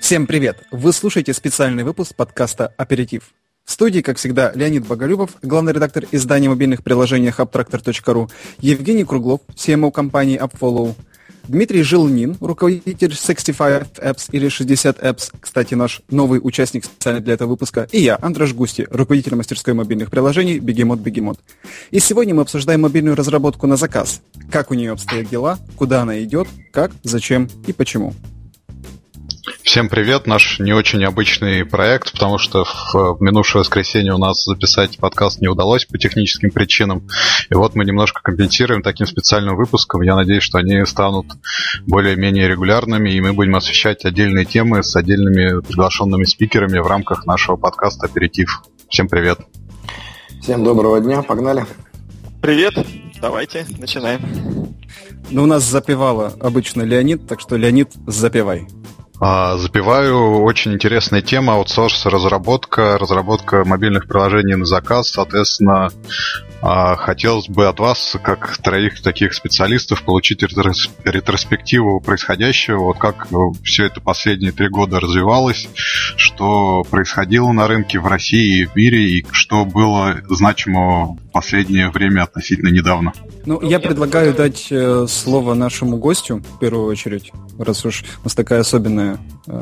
Всем привет! Вы слушаете специальный выпуск подкаста «Аперитив». В студии, как всегда, Леонид Боголюбов, главный редактор издания мобильных приложений Hubtractor.ru, Евгений Круглов, CMO компании AppFollow, Дмитрий Жилнин, руководитель 65 Apps или 60 Apps, кстати, наш новый участник специально для этого выпуска, и я, Андраш Густи, руководитель мастерской мобильных приложений Бегемот. И сегодня мы обсуждаем мобильную разработку на заказ. Как у нее обстоят дела, куда она идет, как, зачем и почему. Всем привет, наш не очень обычный проект, потому что в минувшее воскресенье у нас записать подкаст не удалось по техническим причинам. И вот мы немножко компенсируем таким специальным выпуском. Я надеюсь, что они станут более-менее регулярными, и мы будем освещать отдельные темы с отдельными приглашенными спикерами в рамках нашего подкаста «Аперитив». Всем привет. Всем доброго дня, погнали. Привет, давайте, начинаем. Ну, у нас запевала обычно Леонид, так что, Леонид, запевай. Запеваю. Очень интересная тема: аутсорс, разработка мобильных приложений на заказ. Соответственно, хотелось бы от вас, как троих таких специалистов, получить ретроспективу происходящего. Вот как все это последние 3 года развивалось, что происходило на рынке в России и в мире, и что было значимо в последнее время относительно недавно. Я предлагаю дать слово нашему гостю, в первую очередь. Раз уж у нас такая особенный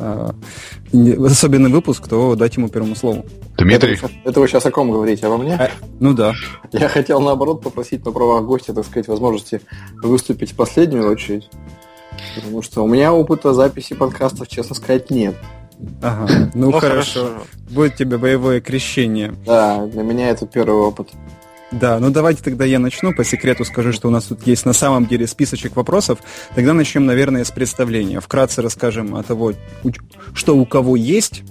выпуск, то дать ему первому слову. Дмитрий. Это вы сейчас о ком говорите? Обо мне? Ну да. Я хотел, наоборот, попросить на правах гостя, так сказать, возможности выступить в последнюю очередь. Потому что у меня опыта записи подкастов, честно сказать, нет. Ага, ну хорошо. Будет тебе боевое крещение. Да, для меня это первый опыт. Да, давайте тогда я начну. По секрету скажу, что у нас тут есть на самом деле списочек вопросов. Тогда начнем, наверное, с представления. Вкратце расскажем о того, что у кого есть,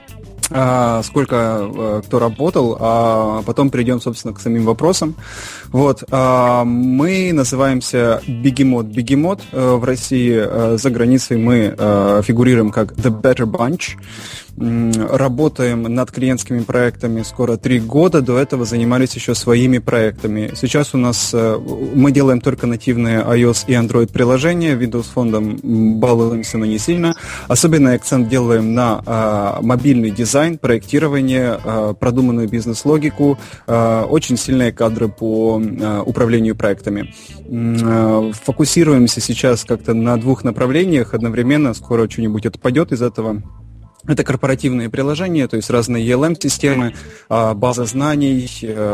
сколько кто работал, а потом перейдем, собственно, к самим вопросам. Вот, мы называемся Бегемот. В России, за границей мы фигурируем как The Better Bunch. Работаем над клиентскими проектами скоро 3 года. До этого занимались еще своими проектами. Сейчас у нас мы делаем только нативные iOS и Android приложения. Windows фондом балуемся, но не сильно. Особенный акцент делаем на мобильный дизайн, проектирование, продуманную бизнес-логику, очень сильные кадры по управлению проектами. Фокусируемся сейчас как-то на 2 направлениях одновременно. Скоро что-нибудь отпадет из этого. Это корпоративные приложения, то есть разные ELM-системы, база знаний,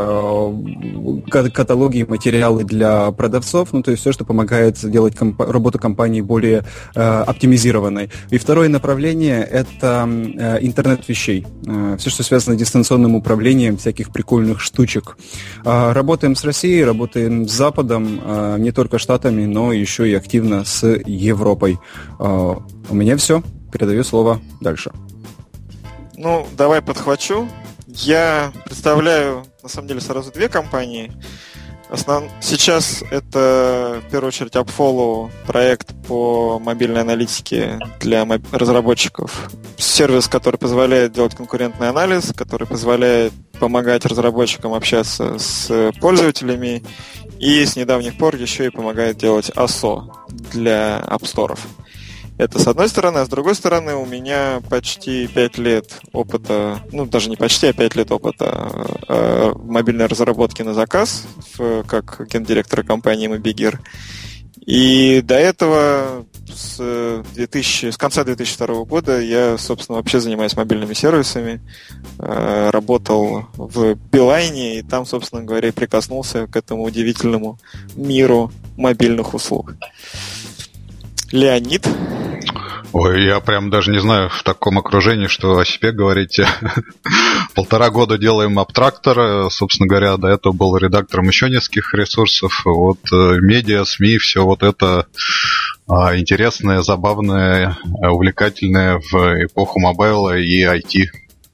каталоги, материалы для продавцов, то есть все, что помогает сделать работу компании более оптимизированной. И второе направление – это интернет вещей. Все, что связано с дистанционным управлением, всяких прикольных штучек. Работаем с Россией, работаем с Западом, не только Штатами, но еще и активно с Европой. У меня все. Передаю слово дальше. Давай подхвачу. Я представляю, на самом деле, сразу 2 компании. Сейчас это, в первую очередь, AppFollow, проект по мобильной аналитике для разработчиков. Сервис, который позволяет делать конкурентный анализ, который позволяет помогать разработчикам общаться с пользователями и с недавних пор еще и помогает делать ASO для App Store. Это с одной стороны, а с другой стороны у меня почти 5 лет опыта, даже не почти, а 5 лет опыта в мобильной разработке на заказ, как гендиректора компании Mobigir. И до этого, с конца 2002 года, я, собственно, вообще занимаюсь мобильными сервисами, работал в Билайне, и там, собственно говоря, и прикоснулся к этому удивительному миру мобильных услуг. Леонид. Ой, я прям даже не знаю в таком окружении, что о себе говорите. 1,5 года делаем Hubtractor. Собственно говоря, до этого был редактором еще нескольких ресурсов. Вот медиа, СМИ, все вот это интересное, забавное, увлекательное в эпоху мобайла и IT.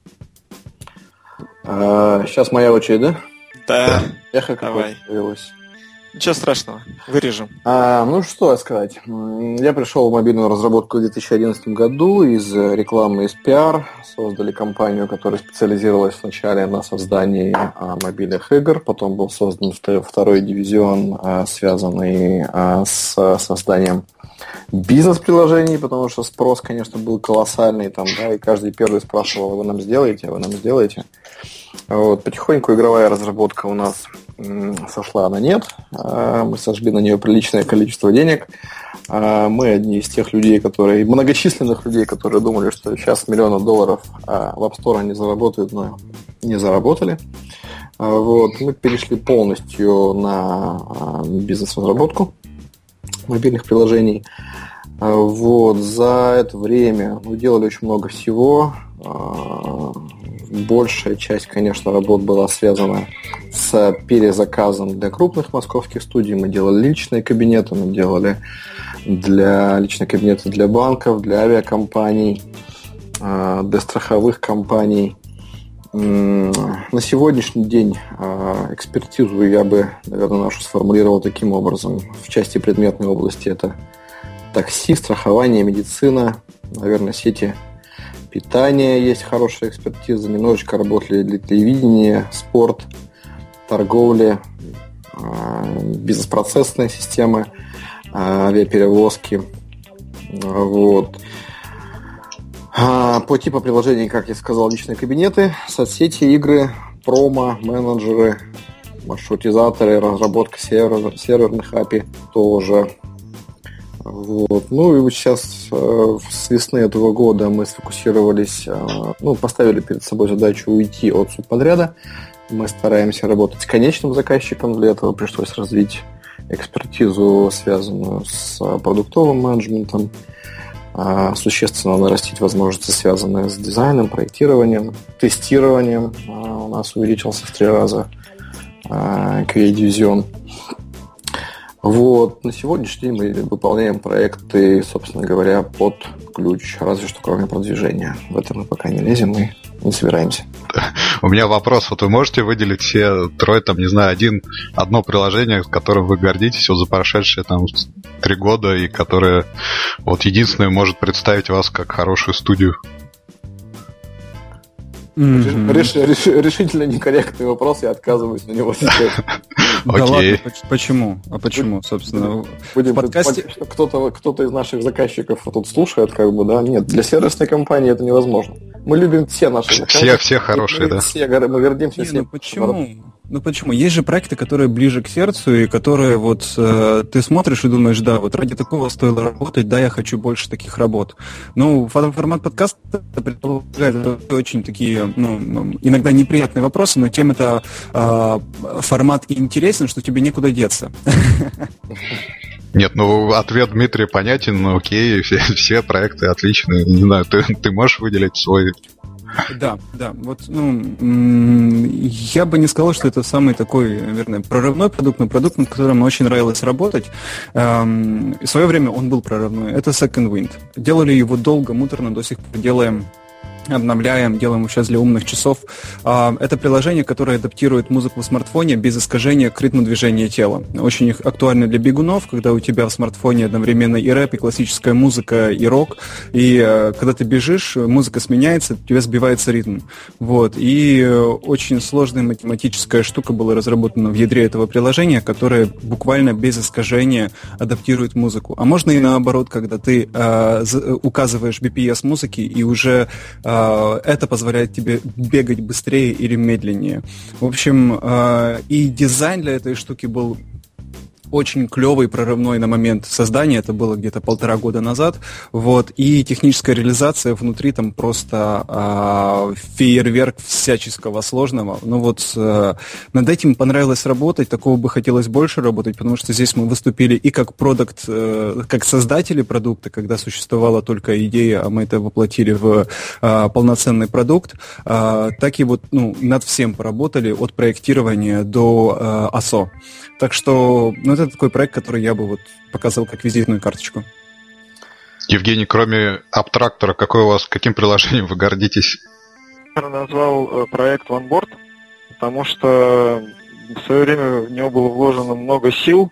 Сейчас моя очередь, да? Да. Эхо давай. Какое появилось. Ничего страшного, вырежем. Что сказать. Я пришел в мобильную разработку в 2011 году из рекламы, из пиар. Создали компанию, которая специализировалась вначале на создании мобильных игр. Потом был создан второй дивизион, связанный с созданием бизнес-приложений, потому что спрос, конечно, был колоссальный, там, да, и каждый первый спрашивал, вы нам сделаете, вы нам сделаете. Вот, потихоньку игровая разработка у нас сошла на нет, мы сожгли на нее приличное количество денег. Мы одни из тех людей, многочисленных людей, которые думали, что сейчас $1 миллион в App Store не заработают, но не заработали. Вот, мы перешли полностью на бизнес-разработку мобильных приложений. Вот, за это время мы делали очень много всего. Большая часть, конечно, работ была связана с перезаказом для крупных московских студий. Мы делали личные кабинеты, мы делали личные кабинеты для банков, для авиакомпаний, для страховых компаний. На сегодняшний день экспертизу я бы, наверное, нашу сформулировал таким образом. В части предметной области это такси, страхование, медицина, наверное, сети питания есть хорошая экспертиза. Немножечко работали для телевидения, спорт, торговля, бизнес-процессные системы, авиаперевозки. Вот. По типу приложений, как я сказал, личные кабинеты, соцсети, игры, промо, менеджеры, маршрутизаторы, разработка серверных API тоже. Вот. Ну и вот сейчас с весны этого года мы сфокусировались, поставили перед собой задачу уйти от субподряда. Мы стараемся работать с конечным заказчиком, для этого пришлось развить экспертизу, связанную с продуктовым менеджментом, существенно нарастить возможности, связанные с дизайном, проектированием, тестированием. У нас увеличился в 3 раза QA-дивизион. Вот. На сегодняшний день мы выполняем проекты, собственно говоря, под ключ, разве что кроме продвижения. В это мы пока не лезем, мы не собираемся. У меня вопрос. Вот вы можете выделить все трое, одно приложение, которым вы гордитесь за прошедшие 3 года, и которое единственное может представить вас как хорошую студию? Решительно некорректный вопрос, я отказываюсь на него отвечать. Да ладно, почему? А почему, собственно? Будем подкасте... Кто-то из наших заказчиков тут слушает, Нет, для сервисной компании это невозможно. Мы любим все наши заказчики. Все хорошие, да. Мы гордимся всем. Почему? Есть же проекты, которые ближе к сердцу, и которые ты смотришь и думаешь, да, ради такого стоило работать, да, я хочу больше таких работ. Формат подкаста предполагает очень такие, иногда неприятные вопросы, но тем это формат интересен, что тебе некуда деться. Нет, ответ Дмитрия понятен, окей, все проекты отличные. Не знаю, ты можешь выделить свой... Да. Я бы не сказал, что это самый такой, наверное, прорывной продукт, но продукт, над которым очень нравилось работать. В свое время он был прорывной. Это Second Wind. Делали его долго, муторно, до сих пор делаем, обновляем, делаем сейчас для умных часов. Это приложение, которое адаптирует музыку в смартфоне без искажения к ритму движения тела. Очень актуально для бегунов, когда у тебя в смартфоне одновременно и рэп, и классическая музыка, и рок. И когда ты бежишь, музыка сменяется, у тебя сбивается ритм. И очень сложная математическая штука была разработана в ядре этого приложения, которая буквально без искажения адаптирует музыку. А можно и наоборот, когда ты указываешь BPS музыки, и уже это позволяет тебе бегать быстрее или медленнее. В общем, и дизайн для этой штуки был очень клевый, прорывной на момент создания, это было где-то 1,5 года назад, и техническая реализация внутри там просто фейерверк всяческого сложного. Над этим понравилось работать, такого бы хотелось больше работать, потому что здесь мы выступили и как продукт, как создатели продукта, когда существовала только идея, а мы это воплотили в полноценный продукт, так и над всем поработали, от проектирования до АСО. Так что, это такой проект, который я бы показал как визитную карточку. Евгений, кроме Аптрактора, каким приложением вы гордитесь? Я назвал проект OneBoard, потому что в свое время в него было вложено много сил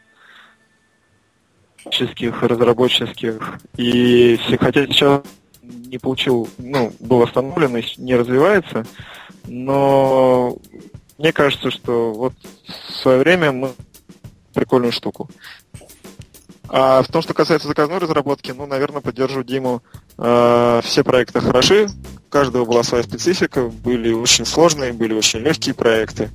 разработческих, и хотя сейчас не получил, был остановлен и не развивается, но мне кажется, что в свое время мы прикольную штуку. А в том, что касается заказной разработки, наверное, поддержу Диму. Все проекты хороши, у каждого была своя специфика, были очень сложные, были очень легкие проекты.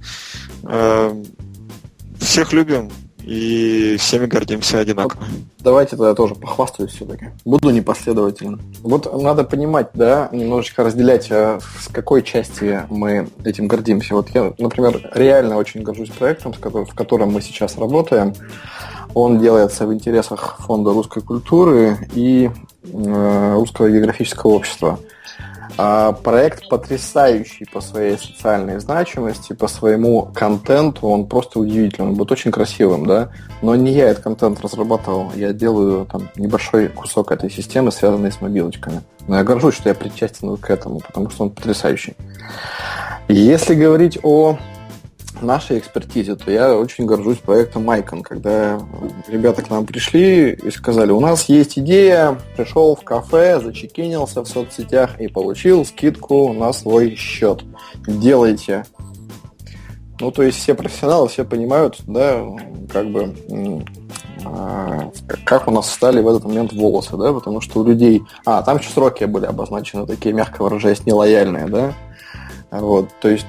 Всех любим и всеми гордимся одинаково. Давайте тогда тоже похвастаюсь все-таки. Буду непоследователен. Вот надо понимать, да, немножечко разделять, с какой части мы этим гордимся. Вот я, например, реально очень горжусь проектом, в котором мы сейчас работаем. Он делается в интересах Фонда русской культуры и Русского географического общества. Проект потрясающий по своей социальной значимости, по своему контенту, он просто удивительный, он будет очень красивым, да, но не я этот контент разрабатывал, я делаю там небольшой кусок этой системы, связанный с мобилочками. Но я горжусь, что я причастен к этому, потому что он потрясающий. Если говорить о нашей экспертизе, то я очень горжусь проектом Icon, когда ребята к нам пришли и сказали, у нас есть идея, пришел в кафе, зачекинился в соцсетях и получил скидку на свой счет. Делайте. То есть все профессионалы, все понимают, да, как у нас встали в этот момент волосы, да, потому что у людей... там еще сроки были обозначены, такие, мягко выражаясь, нелояльные, да. Вот, то есть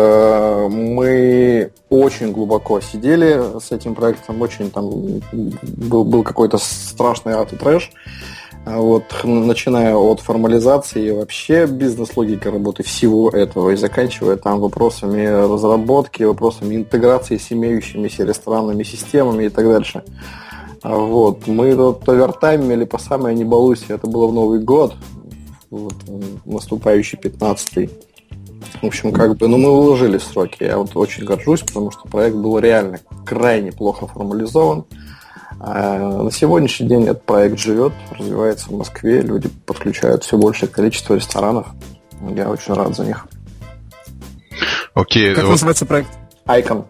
мы очень глубоко сидели с этим проектом, очень там был какой-то страшный ад и трэш, вот, начиная от формализации вообще бизнес-логики работы всего этого и заканчивая там вопросами разработки, вопросами интеграции с имеющимися ресторанными системами и так дальше. Вот, мы тут овертаймили по самое не балуйся, это было в Новый год, вот, наступающий 15-й. В общем, мы уложили сроки. Я вот очень горжусь, потому что проект был реально крайне плохо формализован. На сегодняшний день этот проект живет, развивается в Москве, люди подключают все большее количество ресторанов. Я очень рад за них. Окей. Как называется проект? Icon.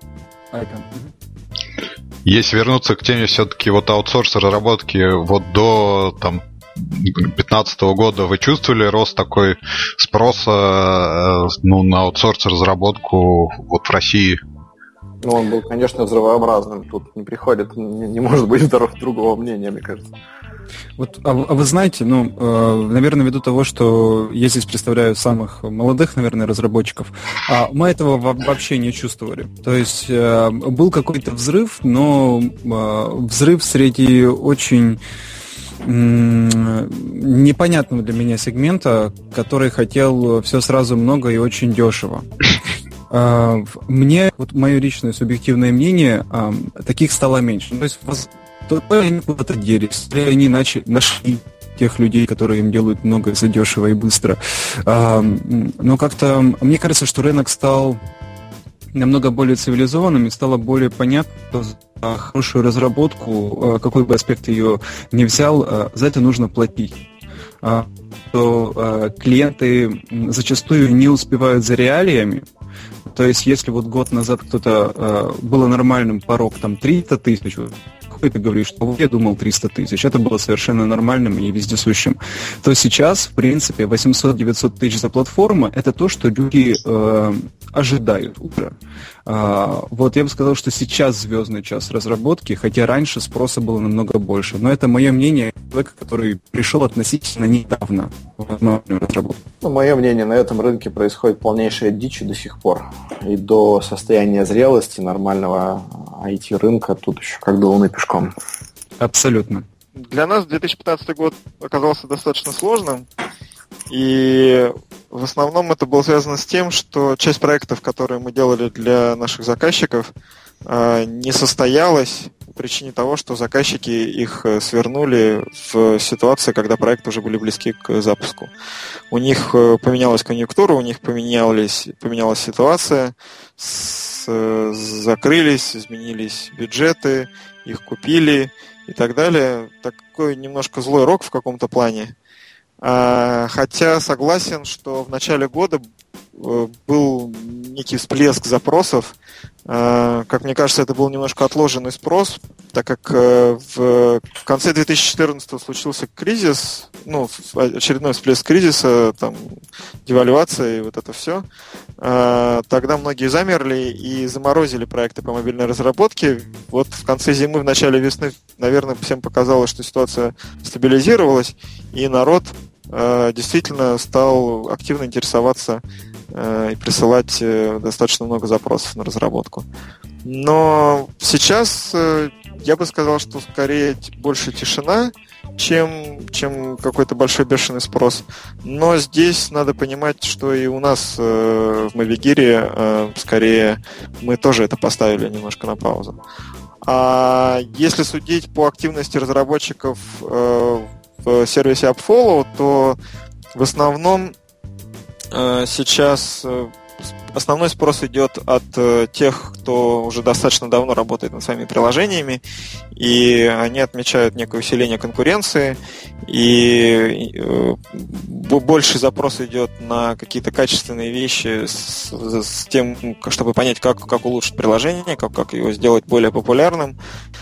Если вернуться к теме все-таки аутсорс разработки, до 2015 года вы чувствовали рост такой спроса на аутсорс разработку в России? Он был, конечно, взрывообразным. Тут не может быть другого мнения, мне кажется. Вы знаете, наверное, ввиду того, что я здесь представляю самых молодых, наверное, разработчиков, мы этого вообще не чувствовали. То есть был какой-то взрыв, но взрыв среди очень непонятного для меня сегмента, который хотел все сразу много и очень дешево. Мне, мое личное субъективное мнение, таких стало меньше. То есть они куда-то делись, они нашли тех людей, которые им делают много задешево и быстро. Но как-то, мне кажется, что рынок стал намного более цивилизованным и стало более понятно, что за хорошую разработку, какой бы аспект ее ни взял, за это нужно платить. Что клиенты зачастую не успевают за реалиями. То есть, если год назад было нормальным порог 300 тысяч, ты говоришь, что я думал 300 тысяч, это было совершенно нормальным и вездесущим, то сейчас, в принципе, 800-900 тысяч за платформу – это то, что люди ожидают уже. Я бы сказал, что сейчас звездный час разработки, хотя раньше спроса было намного больше. Но это мое мнение человека, который пришел относительно недавно в нормальную разработку. Мое мнение, на этом рынке происходит полнейшая дичь до сих пор. И до состояния зрелости нормального IT-рынка тут еще как до луны пешком. Абсолютно. Для нас 2015 год оказался достаточно сложным. И в основном это было связано с тем, что часть проектов, которые мы делали для наших заказчиков, не состоялась по причине того, что заказчики их свернули в ситуации, когда проекты уже были близки к запуску. У них поменялась конъюнктура, у них поменялась ситуация, закрылись, изменились бюджеты, их купили и так далее. Такой немножко злой рок в каком-то плане. Хотя согласен, что в начале года был некий всплеск запросов. Как мне кажется, это был немножко отложенный спрос, так как в конце 2014 случился кризис, очередной всплеск кризиса, там, девальвация и вот это все. Тогда многие замерли и заморозили проекты по мобильной разработке. Вот в конце зимы, в начале весны, наверное, всем показалось, что ситуация стабилизировалась, и народ действительно стал активно интересоваться и присылать достаточно много запросов на разработку. Но сейчас я бы сказал, что скорее больше тишина, чем какой-то большой бешеный спрос. Но здесь надо понимать, что и у нас в Мавигире скорее мы тоже это поставили немножко на паузу. А если судить по активности разработчиков в сервисе AppFollow, то в основном сейчас основной спрос идет от тех, кто уже достаточно давно работает над своими приложениями, и они отмечают некое усиление конкуренции, и больше запрос идет на какие-то качественные вещи с тем, чтобы понять, как улучшить приложение, как его сделать более популярным.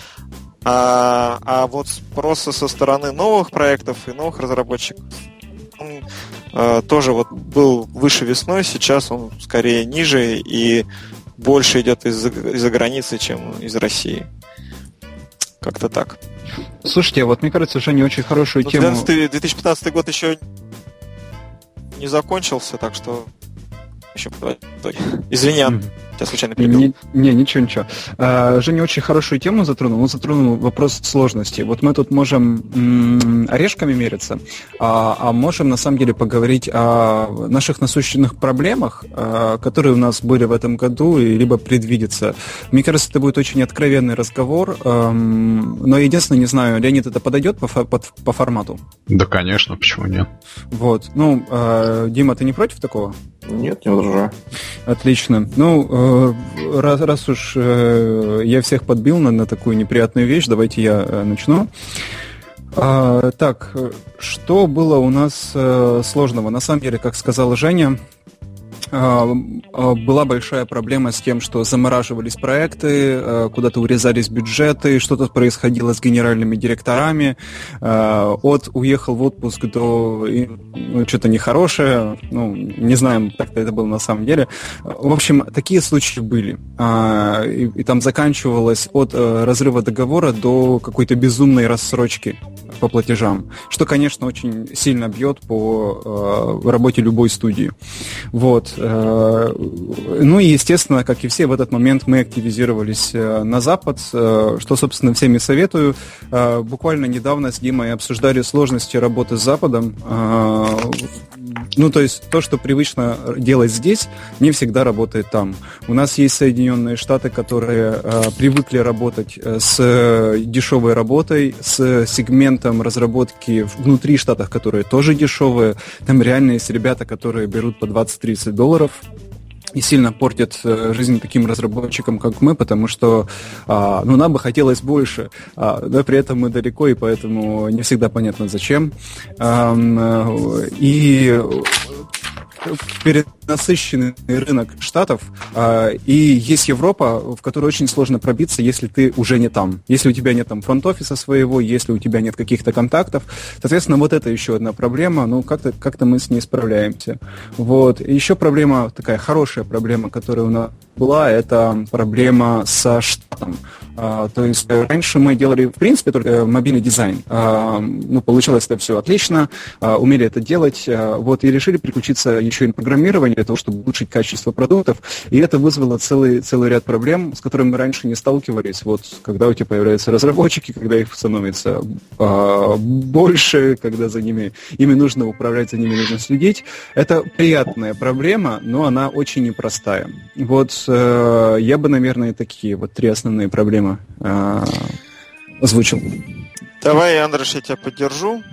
А вот спроса со стороны новых проектов и новых разработчиков тоже вот был выше весной, сейчас он скорее ниже и больше идет из-за границы, чем из России. Как-то так. Слушайте, вот мне кажется, уже не очень хорошую тему... 2015 год еще не закончился, так что еще извини, тебя случайно перебил. Ничего. Женя очень хорошую тему затронул. Он затронул вопрос сложности. Вот мы тут можем орешками мериться, а можем на самом деле поговорить о наших насущных проблемах, которые у нас были в этом году, и либо предвидятся. Мне кажется, это будет очень откровенный разговор, но единственное, не знаю, Леонид, это подойдет по формату? Да, конечно, почему нет? Вот. Дима, ты не против такого? Нет, не возражаю. Отлично. Раз уж я всех подбил на такую неприятную вещь, давайте я начну. Так, что было у нас сложного? На самом деле, как сказала Женя, была большая проблема с тем, что замораживались проекты, куда-то урезались бюджеты, что-то происходило с генеральными директорами, от уехал в отпуск до что-то нехорошее, не знаем, как это было на самом деле. В общем, такие случаи были. И там заканчивалось от разрыва договора до какой-то безумной рассрочки по платежам, что, конечно, очень сильно бьет по работе любой студии. Вот. И, естественно, как и все, в этот момент мы активизировались на Запад, что, собственно, всем и советую. Буквально недавно с Димой обсуждали сложности работы с Западом. То есть то, что привычно делать здесь, не всегда работает там. У нас есть Соединенные Штаты, которые привыкли работать с дешевой работой, с сегментом разработки внутри штатов, которые тоже дешевые. Там реально есть ребята, которые берут по $20-30 и сильно портят жизнь таким разработчикам, как мы, потому что нам бы хотелось больше, но при этом мы далеко, и поэтому не всегда понятно, зачем. И перенасыщенный рынок штатов, и есть Европа, в которой очень сложно пробиться, если ты уже не там. Если у тебя нет там фронт-офиса своего, если у тебя нет каких-то контактов. Соответственно, вот это еще одна проблема, как-то мы с ней справляемся. Вот. И еще проблема, такая хорошая проблема, которая у нас была, это проблема со штатом. То есть раньше мы делали, в принципе, только мобильный дизайн. Получилось это все отлично, умели это делать, и решили переключиться еще и на программирование для того, чтобы улучшить качество продуктов. И это вызвало целый ряд проблем, с которыми мы раньше не сталкивались. Вот когда у тебя появляются разработчики, когда их становится больше, когда ими нужно управлять, за ними нужно следить. Это приятная проблема, но она очень непростая. Вот я бы, наверное, такие вот 3 основные проблемы озвучил. Давай, Андрюш, я тебя поддержу.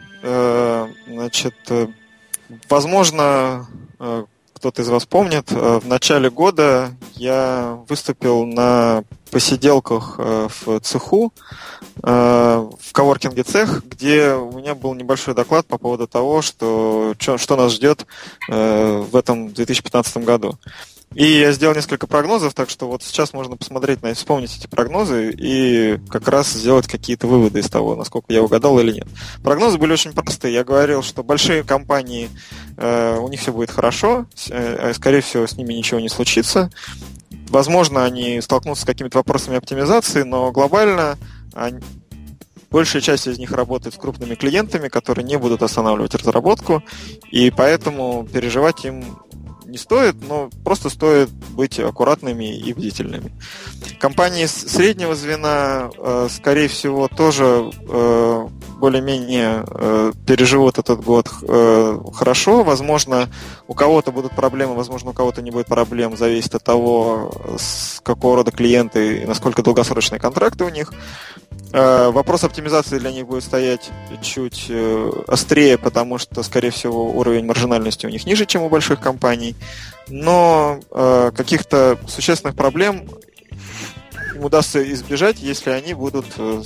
Возможно, кто-то из вас помнит, в начале года я выступил на посиделках в цеху, в коворкинге цех, где у меня был небольшой доклад по поводу того, что нас ждет в этом 2015 году. И я сделал несколько прогнозов, так что вот сейчас можно посмотреть, вспомнить эти прогнозы и как раз сделать какие-то выводы из того, насколько я угадал или нет. Прогнозы были очень простые. Я говорил, что большие компании, у них все будет хорошо, скорее всего, с ними ничего не случится. Возможно, они столкнутся с какими-то вопросами оптимизации, но глобально большая часть из них работает с крупными клиентами, которые не будут останавливать разработку, и поэтому переживать им не стоит, но просто стоит быть аккуратными и бдительными. Компании среднего звена, скорее всего, тоже более-менее переживут этот год хорошо. Возможно, у кого-то будут проблемы, возможно, у кого-то не будет проблем. Зависит от того, с какого рода клиенты и насколько долгосрочные контракты у них. Вопрос оптимизации для них будет стоять чуть острее, потому что, скорее всего, уровень маржинальности у них ниже, чем у больших компаний. Но каких-то существенных проблем им удастся избежать, если они будут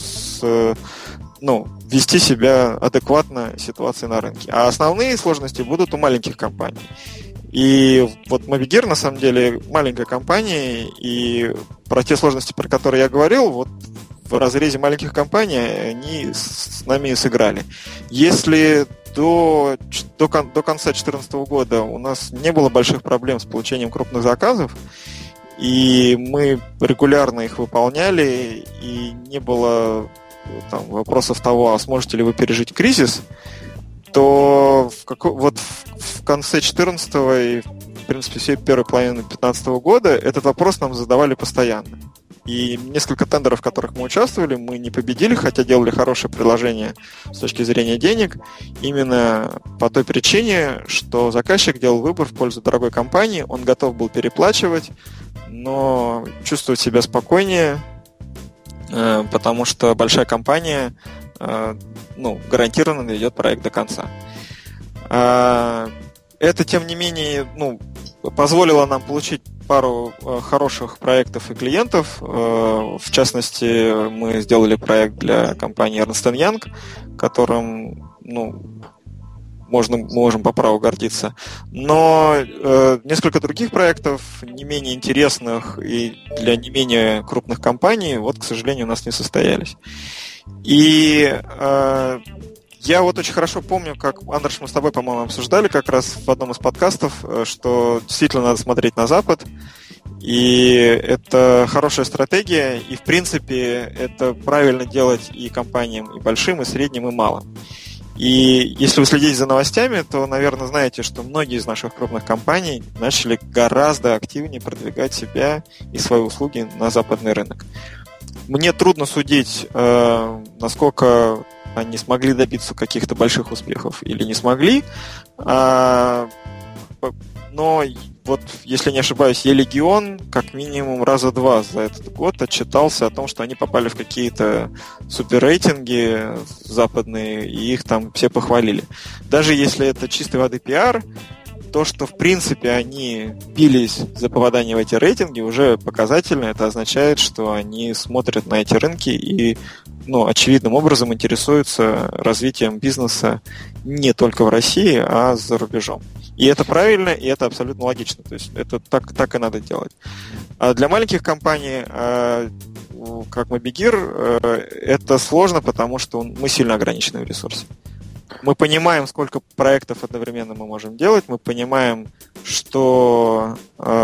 вести себя адекватно ситуации на рынке. А основные сложности будут у маленьких компаний. И вот Mobigir, на самом деле, маленькая компания, и про те сложности, про которые я говорил, вот в разрезе маленьких компаний они с нами сыграли. Если до конца 2014 года у нас не было больших проблем с получением крупных заказов, и мы регулярно их выполняли, и не было вопросов того, а сможете ли вы пережить кризис, то в конце 2014 и, в принципе, всей первой половины 2015 года этот вопрос нам задавали постоянно. И несколько тендеров, в которых мы участвовали, мы не победили, хотя делали хорошее предложение с точки зрения денег, именно по той причине, что заказчик делал выбор в пользу дорогой компании, он готов был переплачивать, но чувствовать себя спокойнее, потому что большая компания гарантированно доведет проект до конца. Это, тем не менее, позволило нам получить пару хороших проектов и клиентов. В частности, мы сделали проект для компании Ernst & Young, которым мы можем по праву гордиться. Но несколько других проектов, не менее интересных и для не менее крупных компаний, к сожалению, у нас не состоялись. И я очень хорошо помню, как, Андреш, мы с тобой, по-моему, обсуждали как раз в одном из подкастов, что действительно надо смотреть на Запад, и это хорошая стратегия, и, в принципе, это правильно делать и компаниям, и большим, и средним, и малым. И если вы следите за новостями, то, наверное, знаете, что многие из наших крупных компаний начали гораздо активнее продвигать себя и свои услуги на западный рынок. Мне трудно судить, насколько они смогли добиться каких-то больших успехов или не смогли, но если не ошибаюсь, Елегион как минимум раза два за этот год отчитался о том, что они попали в какие-то суперрейтинги западные, и их там все похвалили. Даже если это чистой воды пиар, то, что в принципе они бились за попадание в эти рейтинги, уже показательно. Это означает, что они смотрят на эти рынки и очевидным образом интересуются развитием бизнеса не только в России, а за рубежом. И это правильно, и это абсолютно логично. То есть это так и надо делать. А для маленьких компаний, как Mobigir, это сложно, потому что мы сильно ограничены в ресурсе. Мы понимаем, сколько проектов одновременно мы можем делать, мы понимаем, что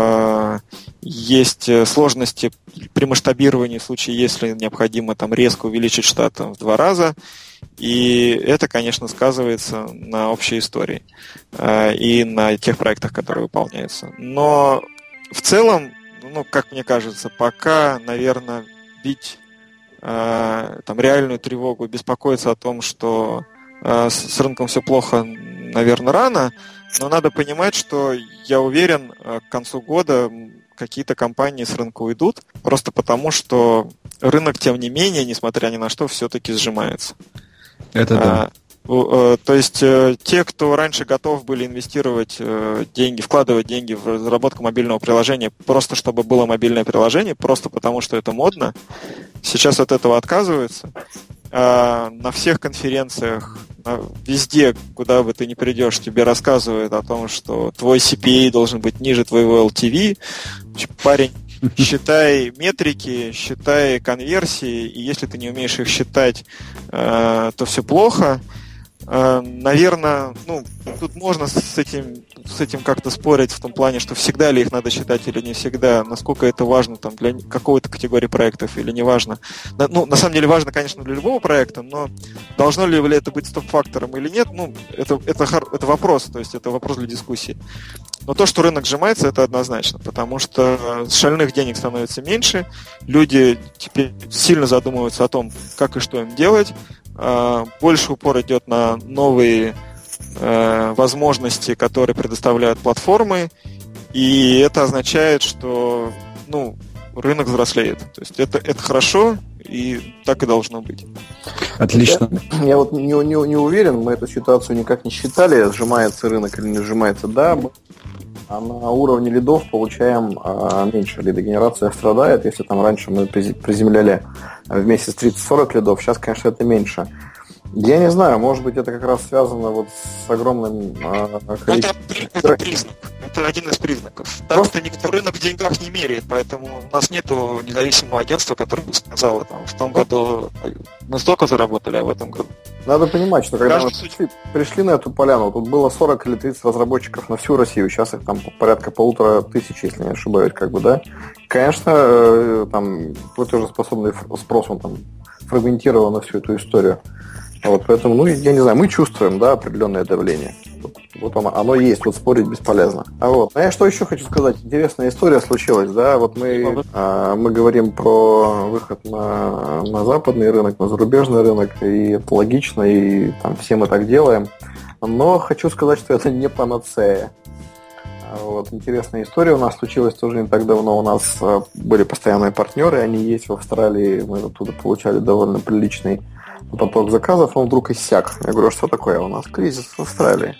есть сложности при масштабировании в случае, если необходимо резко увеличить штат в 2 раза, и это, конечно, сказывается на общей истории и на тех проектах, которые выполняются. Но в целом, как мне кажется, пока, наверное, бить реальную тревогу, беспокоиться о том, что с рынком все плохо, наверное, рано, но надо понимать, что я уверен, к концу года какие-то компании с рынка уйдут, просто потому, что рынок, тем не менее, несмотря ни на что, все-таки сжимается. Это да. То есть те, кто раньше готов были инвестировать деньги, вкладывать деньги в разработку мобильного приложения, просто чтобы было мобильное приложение, просто потому, что это модно, сейчас от этого отказываются. На всех конференциях везде, куда бы ты ни придешь, тебе рассказывают о том, что твой CPA должен быть ниже твоего LTV. Парень, считай метрики, считай конверсии, и если ты не умеешь их считать, то все плохо. Наверное, тут можно с этим как-то спорить в том плане, что всегда ли их надо считать или не всегда, насколько это важно там, для какой-то категории проектов или не важно. На самом деле важно, конечно, для любого проекта, но должно ли это быть стоп-фактором или нет, это вопрос, то есть это вопрос для дискуссии. Но то, что рынок сжимается, это однозначно, потому что шальных денег становится меньше, люди теперь сильно задумываются о том, как и что им делать, больше упор идет на новые возможности, которые предоставляют платформы, и это означает, что рынок взрослеет. То есть это хорошо, и так и должно быть. Отлично. Я вот не уверен, мы эту ситуацию никак не считали, сжимается рынок или не сжимается. Да, а на уровне лидов получаем меньше. Лидогенерация страдает. Если там раньше мы приземляли в месяц 30-40 лидов, сейчас, конечно, это меньше. Я не знаю, может быть, это как раз связано вот с огромным количеством... Это признак. Это один из признаков. Так-то никто рынок в деньгах не меряет, поэтому у нас нету независимого агентства, которое бы сказало, в том году мы столько заработали, а в этом году. Надо понимать, что когда мы пришли на эту поляну, тут было 40 или 30 разработчиков на всю Россию, сейчас их там порядка 1500, если не ошибаюсь, да. Конечно, там платежеспособный спрос, он там фрагментирован на всю эту историю. Вот, поэтому, я не знаю, мы чувствуем, определенное давление. Вот оно есть, вот спорить бесполезно. А я что еще хочу сказать? Интересная история случилась, Вот мы говорим про выход на западный рынок, на зарубежный рынок, и это логично, и там все мы так делаем. Но хочу сказать, что это не панацея. Интересная история у нас случилась тоже не так давно. У нас были постоянные партнеры, они есть в Австралии, мы оттуда получали довольно приличный поток заказов, он вдруг иссяк. Я говорю, что такое? У нас кризис в Австралии.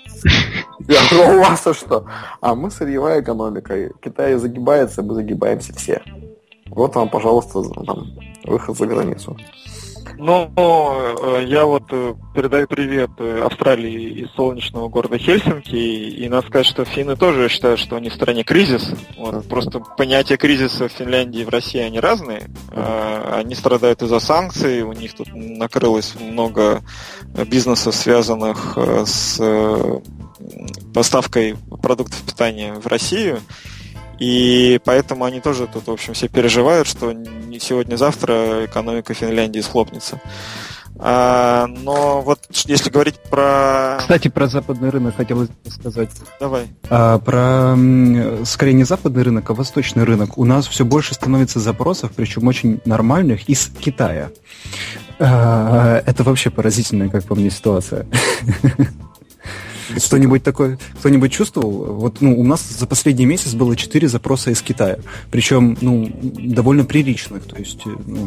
Я говорю, у вас что? А мы сырьевая экономика. Китай загибается, мы загибаемся все. Вот вам, пожалуйста, выход за границу. Я передаю привет Австралии из солнечного города Хельсинки, и надо сказать, что финны тоже считают, что они в стране кризис. Просто понятия кризиса в Финляндии и в России, они разные. Они страдают из-за санкций, у них тут накрылось много бизнесов, связанных с поставкой продуктов питания в Россию. И поэтому они тоже тут, в общем, все переживают, что не сегодня-завтра экономика Финляндии схлопнется. Но вот если говорить про... Кстати, про западный рынок хотелось сказать. Давай. Про, скорее, не западный рынок, а восточный рынок. У нас все больше становится запросов, причем очень нормальных, из Китая. Это вообще поразительная, как по мне, ситуация. Кто-нибудь чувствовал? У нас за последний месяц было 4 запроса из Китая. Причем, довольно приличных. То есть,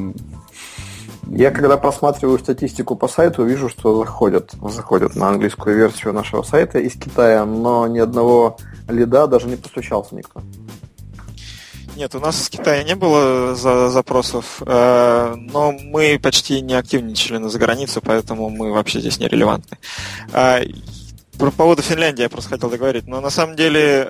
Я когда просматриваю статистику по сайту, вижу, что заходят на английскую версию нашего сайта из Китая, но ни одного лида даже не постучался никто. Нет, у нас из Китая не было запросов, но мы почти не активничали на заграницу, поэтому мы вообще здесь нерелевантны. По поводу Финляндии я просто хотел договорить. Но на самом деле,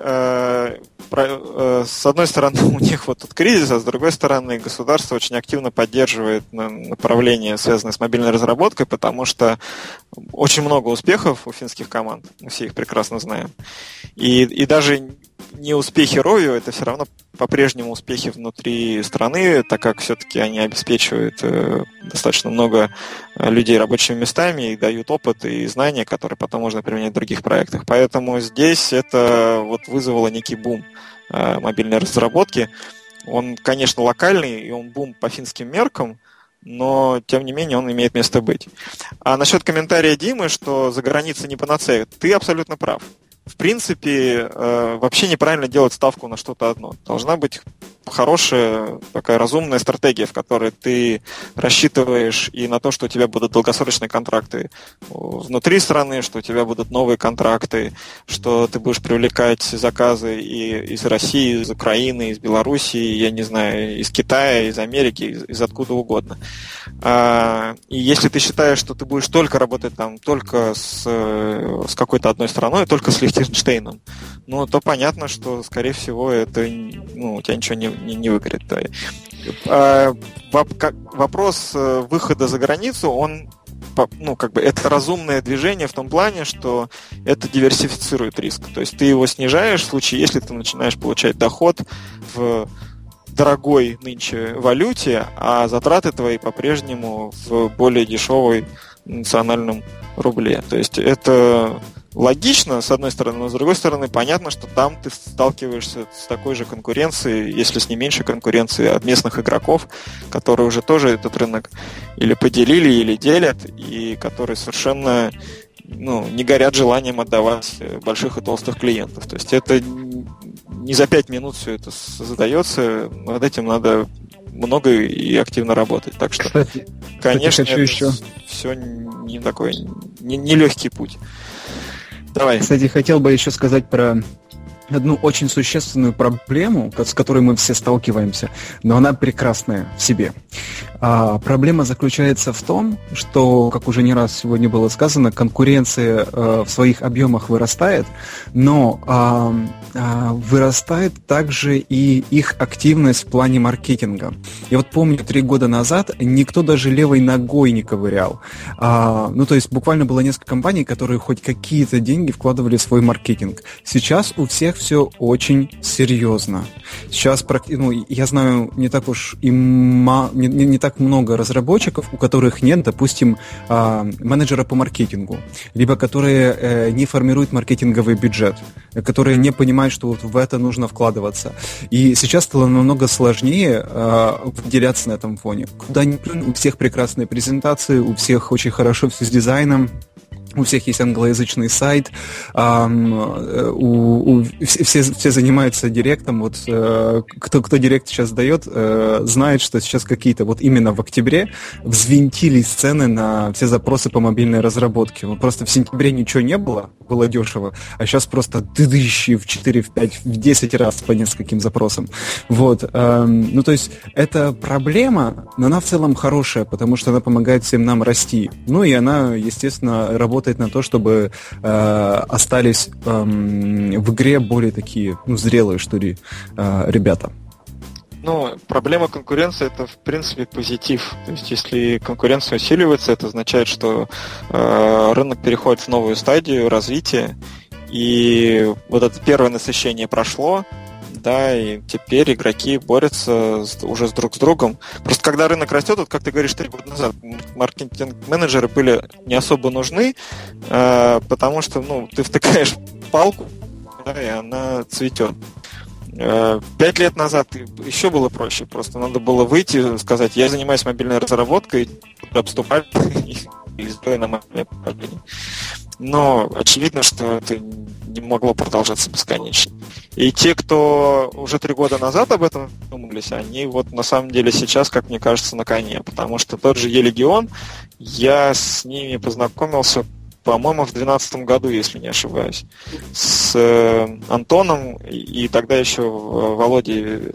с одной стороны, у них вот тут кризис, а с другой стороны, государство очень активно поддерживает направление, связанное с мобильной разработкой, потому что очень много успехов у финских команд. Мы все их прекрасно знаем. И даже не успехи Rovio, это все равно по-прежнему успехи внутри страны, так как все-таки они обеспечивают достаточно много людей рабочими местами и дают опыт и знания, которые потом можно применять в других проектах. Поэтому здесь это вызвало некий бум мобильной разработки. Он, конечно, локальный, и он бум по финским меркам, но, тем не менее, он имеет место быть. А насчет комментария Димы, что за границей не панацея, ты абсолютно прав. в принципе, вообще неправильно делать ставку на что-то одно. Должна быть хорошая, такая разумная стратегия, в которой ты рассчитываешь и на то, что у тебя будут долгосрочные контракты внутри страны, что у тебя будут новые контракты, что ты будешь привлекать заказы и из России, из Украины, из Белоруссии, я не знаю, из Китая, из Америки, из откуда угодно. И если ты считаешь, что ты будешь только работать там, только с какой-то одной страной, только с Лихтенштейном, ну, то понятно, что, скорее всего, это, у тебя ничего не выгорит. Вопрос выхода за границу, он, это разумное движение в том плане, что это диверсифицирует риск. То есть ты его снижаешь в случае, если ты начинаешь получать доход в дорогой нынче валюте, а затраты твои по-прежнему в более дешевой национальном рубле. То есть это логично, с одной стороны, но с другой стороны, понятно, что там ты сталкиваешься с такой же конкуренцией, если с не меньшей конкуренцией от местных игроков, которые уже тоже этот рынок или поделили, или делят, и которые совершенно не горят желанием отдавать больших и толстых клиентов. То есть это не за 5 минут все это задается, над этим надо много и активно работать. Так что, кстати, конечно, хочу еще все не такой, не легкий путь. Давай. Кстати, хотел бы еще сказать про одну очень существенную проблему, с которой мы все сталкиваемся, но она прекрасная в себе. Проблема заключается в том, что, как уже не раз сегодня было сказано, конкуренция в своих объемах вырастает, но вырастает также и их активность в плане маркетинга. Я вот помню, 3 года назад никто даже левой ногой не ковырял. То есть буквально было несколько компаний, которые хоть какие-то деньги вкладывали в свой маркетинг. Сейчас у всех все очень серьезно. Сейчас, я знаю, не так уж и не так много разработчиков, у которых нет, допустим, менеджера по маркетингу, либо которые не формируют маркетинговый бюджет, которые не понимают, что вот в это нужно вкладываться. И сейчас стало намного сложнее выделяться на этом фоне. Куда ни плюнь, у всех прекрасные презентации, у всех очень хорошо все с дизайном, у всех есть англоязычный сайт, все занимаются директом. Вот кто директ сейчас дает, знает, что сейчас какие-то вот именно в октябре взвинтились цены на все запросы по мобильной разработке. Вот просто в сентябре ничего не было дешево, а сейчас просто дыдыщи в 4, в 5, в 10 раз по нескольким запросам. Вот. То есть это проблема, но она в целом хорошая, потому что она помогает всем нам расти. И она, естественно, работает на то, чтобы остались в игре более такие, зрелые, что ли, ребята. Проблема конкуренции – это, в принципе, позитив. То есть, если конкуренция усиливается, это означает, что рынок переходит в новую стадию развития, и вот это первое насыщение прошло, да, и теперь игроки борются уже друг с другом. Просто когда рынок растет, вот как ты говоришь, 3 года назад маркетинг-менеджеры были не особо нужны, потому что, ты втыкаешь палку, да, и она цветет. 5 лет назад еще было проще, просто надо было выйти, сказать, я занимаюсь мобильной разработкой, обступать и сделать на мобильное приложение. Но очевидно, что это не могло продолжаться бесконечно. И те, кто уже 3 года назад об этом думались, они вот на самом деле сейчас, как мне кажется, на коне. Потому что тот же Елегион, я с ними познакомился, по-моему, в 2012 году, если не ошибаюсь, с Антоном и тогда еще Володей,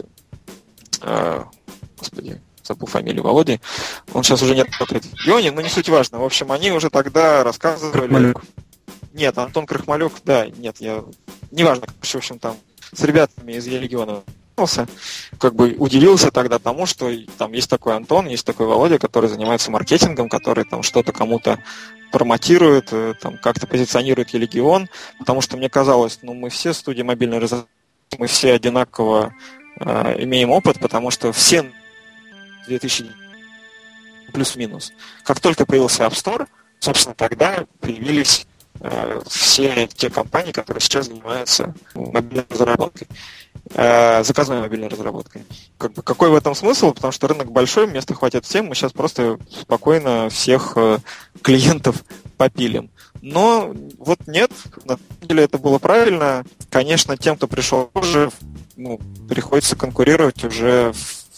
забыл фамилию Володи, он сейчас уже не работает в регионе, но не суть важно. В общем, они уже тогда рассказывали... Крахмалюк. Нет, Антон Крахмалюк, да, нет, неважно, в общем, там с ребятами из Елегиона удивился тогда тому, что там есть такой Антон, есть такой Володя, который занимается маркетингом, который там что-то кому-то промотирует, там как-то позиционирует Елегион, потому что мне казалось, мы все студии мобильной разработки, мы все одинаково имеем опыт, потому что все 2000 плюс-минус. Как только появился App Store, собственно, тогда появились все те компании, которые сейчас занимаются мобильной разработкой. заказной мобильной разработкой. Какой в этом смысл? Потому что рынок большой, места хватит всем, мы сейчас просто спокойно всех клиентов попилим. Но вот нет, на самом деле это было правильно. Конечно, тем, кто пришел позже, приходится конкурировать уже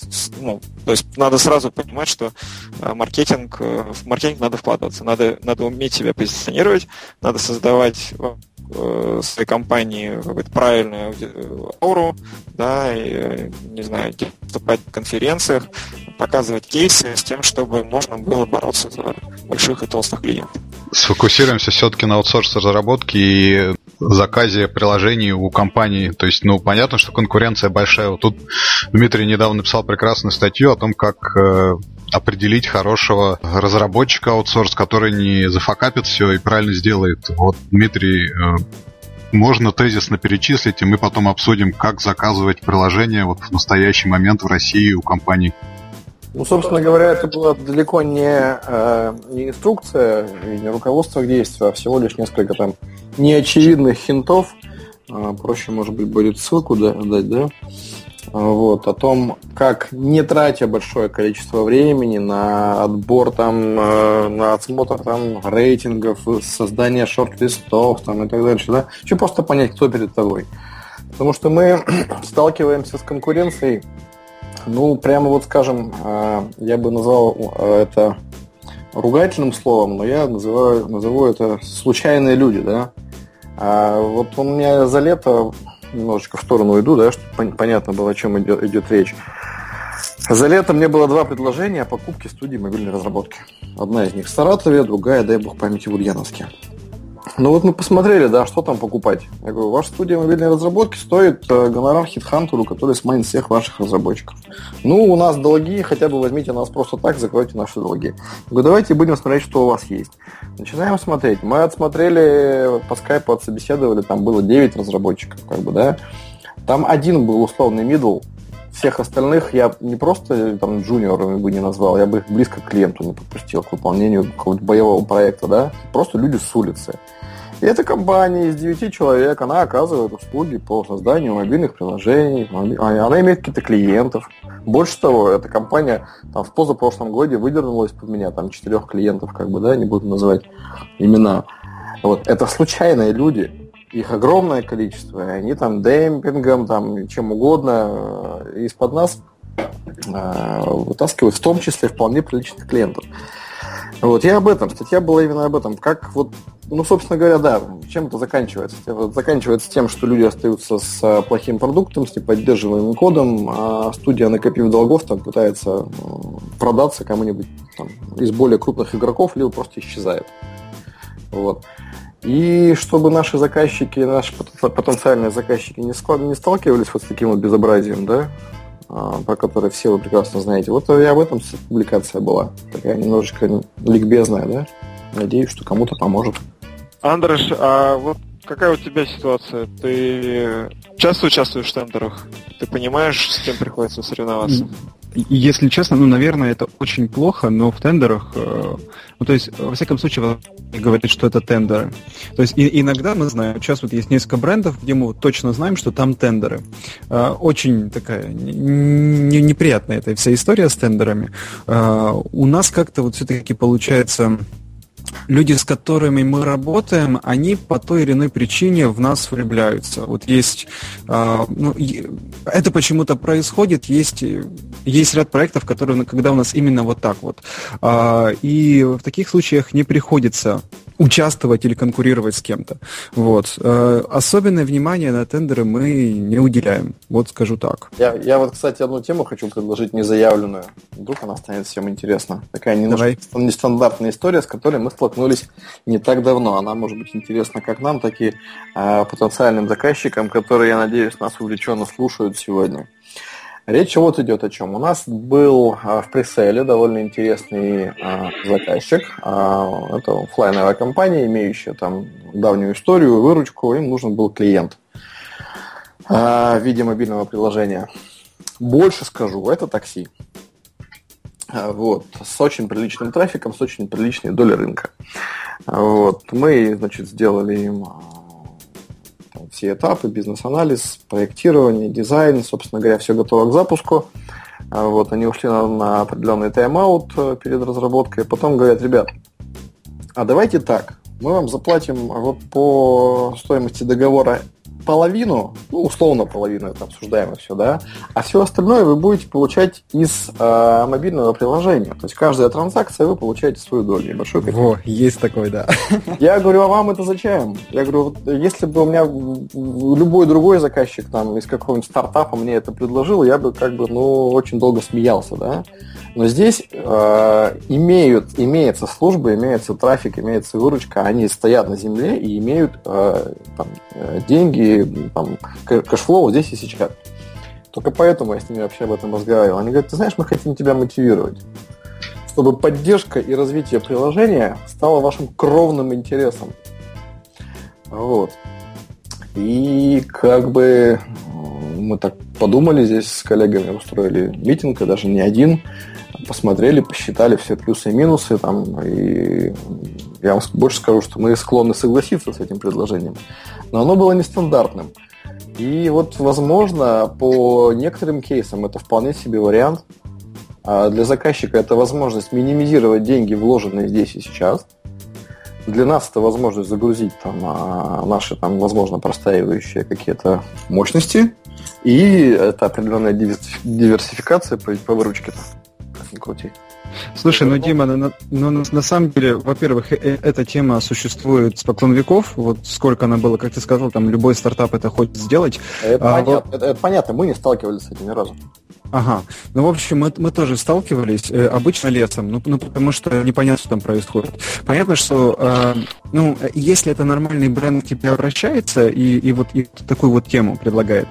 то есть надо сразу понимать, что в маркетинг надо вкладываться, надо уметь себя позиционировать, надо создавать своей компании какую-то правильную ауру, да, и, не знаю, выступать в конференциях, показывать кейсы с тем, чтобы можно было бороться за больших и толстых клиентов. Сфокусируемся все-таки на аутсорс-разработке и заказе приложений у компаний. То есть, понятно, что конкуренция большая. Вот тут Дмитрий недавно написал прекрасную статью о том, как определить хорошего разработчика аутсорс, который не зафакапит все и правильно сделает. Вот, Дмитрий, можно тезисно перечислить, и мы потом обсудим, как заказывать приложения вот в настоящий момент в России у компаний. Собственно говоря, это была далеко не инструкция и не руководство к действию, а всего лишь несколько там неочевидных хинтов. Проще, может быть, будет ссылку дать, да? Вот, о том, как, не тратя большое количество времени на отбор, там, на отсмотр там, рейтингов, создание шорт-листов там, и так дальше, да? Еще просто понять, кто перед тобой. Потому что мы сталкиваемся с конкуренцией. Прямо вот, скажем, я бы назвал это ругательным словом, но я назову это случайные люди, да. Вот у меня за лето, немножечко в сторону иду, да, чтобы понятно было, о чем идет речь. За лето мне было 2 предложения о покупке студии мобильной разработки. Одна из них в Саратове, другая, дай бог памяти, в Ульяновске. Вот мы посмотрели, да, что там покупать. Я говорю, ваша студия мобильной разработки стоит гонорар HeadHunter, который сманит всех ваших разработчиков. У нас долги, хотя бы возьмите нас просто так, закройте наши долги. Я говорю, давайте будем смотреть, что у вас есть. Начинаем смотреть. Мы отсмотрели, по скайпу отсобеседовали, там было 9 разработчиков, да. Там один был условный middle. Всех остальных я не просто там джуниорами бы не назвал, я бы их близко к клиенту не подпустил, к выполнению какого-то боевого проекта, да. Просто люди с улицы. И эта компания из 9 человек, она оказывает услуги по созданию мобильных приложений, она имеет каких-то клиентов. Больше того, эта компания там, в позапрошлом году выдернула из-под меня там 4 клиентов, не буду называть имена. Вот. Это случайные люди. Их огромное количество, и они там демпингом, там, чем угодно из-под нас вытаскивают, в том числе вполне приличных клиентов. Вот, я об этом, статья была именно об этом, как собственно говоря, да, чем это заканчивается? Заканчивается тем, что люди остаются с плохим продуктом, с неподдерживаемым кодом, а студия, накопив долгов, там пытается продаться кому-нибудь там, из более крупных игроков, либо просто исчезает. Вот. И чтобы наши заказчики, наши потенциальные заказчики не сталкивались вот с таким вот безобразием, да, про которое все вы прекрасно знаете. Вот и об этом публикация была. Такая немножечко ликбезная, да. Надеюсь, что кому-то поможет. Андрош, а вот какая у тебя ситуация? Ты часто участвуешь в тендерах? Ты понимаешь, с кем приходится соревноваться? Если честно, наверное, это очень плохо, но в тендерах, то есть, во всяком случае, говорят, что это тендеры. То есть, иногда мы знаем, сейчас вот есть несколько брендов, где мы вот точно знаем, что там тендеры. Очень такая неприятная эта вся история с тендерами. У нас как-то вот все-таки получается... Люди, с которыми мы работаем, они по той или иной причине в нас влюбляются. Вот есть, это почему-то происходит, есть ряд проектов, когда у нас именно вот так вот. И в таких случаях не приходится участвовать или конкурировать с кем-то. Вот. Особенное внимание на тендеры мы не уделяем. Вот скажу так. Я вот, кстати, одну тему хочу предложить незаявленную. Вдруг она станет всем интересна. Такая немножко нестандартная история, с которой мы столкнулись не так давно. Она может быть интересна как нам, так и потенциальным заказчикам, которые, я надеюсь, нас увлеченно слушают сегодня. Речь вот идет о чем. У нас был в преселе довольно интересный заказчик. Это офлайновая компания, имеющая там давнюю историю, выручку. Им нужен был клиент в виде мобильного приложения. Больше скажу, это такси. Вот, с очень приличным трафиком, с очень приличной долей рынка. Вот, мы, значит, сделали им все этапы, бизнес-анализ, проектирование, дизайн, собственно говоря, все готово к запуску. Вот, они ушли на определенный тайм-аут перед разработкой, потом говорят: ребят, а давайте так, мы вам заплатим вот по стоимости договора половину, ну, условно половину, это обсуждаемо все, да, а все остальное вы будете получать из мобильного приложения. То есть каждая транзакция вы получаете свою долю, небольшую копейку. Во, есть такой, да. Я говорю: а вам это зачем? Я говорю: вот, если бы у меня любой другой заказчик там из какого-нибудь стартапа мне это предложил, я бы как бы, ну, очень долго смеялся, да. Но здесь имеется служба, имеется трафик, имеется выручка, они стоят на земле и имеют там, деньги, там, кэшфлоу здесь и сейчас. Только поэтому я с ними вообще об этом разговаривал. Они говорят: ты знаешь, мы хотим тебя мотивировать, чтобы поддержка и развитие приложения стало вашим кровным интересом. Вот. И как бы мы так подумали здесь с коллегами, устроили митинг, и даже не один, посмотрели, посчитали все плюсы и минусы, там, и я вам больше скажу, что мы склонны согласиться с этим предложением. Но оно было нестандартным. И вот, возможно, по некоторым кейсам это вполне себе вариант. А для заказчика это возможность минимизировать деньги, вложенные здесь и сейчас. Для нас это возможность загрузить там наши, там, возможно, простаивающие какие-то мощности. И это определенная диверсификация по выручке-то. Как ни крути. Слушай, ну, Дима, на самом деле, во-первых, эта тема существует спокон веков. Вот сколько она была, как ты сказал, там любой стартап это хочет сделать. Это понятно, мы не сталкивались с этим ни разу. Ага. Ну, в общем, мы тоже сталкивались, обычно летом, ну, потому что непонятно, что там происходит. Понятно, что, если это нормальный бренд к тебе обращается и такую вот тему предлагает,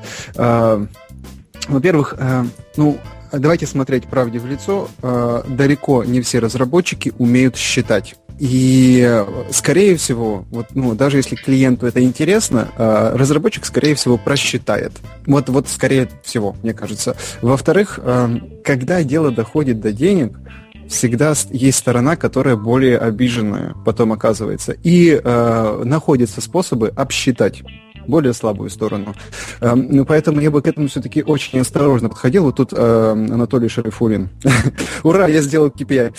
во-первых, давайте смотреть правде в лицо, далеко не все разработчики умеют считать. И, скорее всего, даже если клиенту это интересно, разработчик, скорее всего, просчитает. Вот скорее всего, мне кажется. Во-вторых, когда дело доходит до денег, всегда есть сторона, которая более обиженная потом оказывается. И находятся способы обсчитать более слабую сторону. Поэтому я бы к этому все-таки очень осторожно подходил. Вот тут Анатолий Шарифуллин. Ура, я сделал KPI.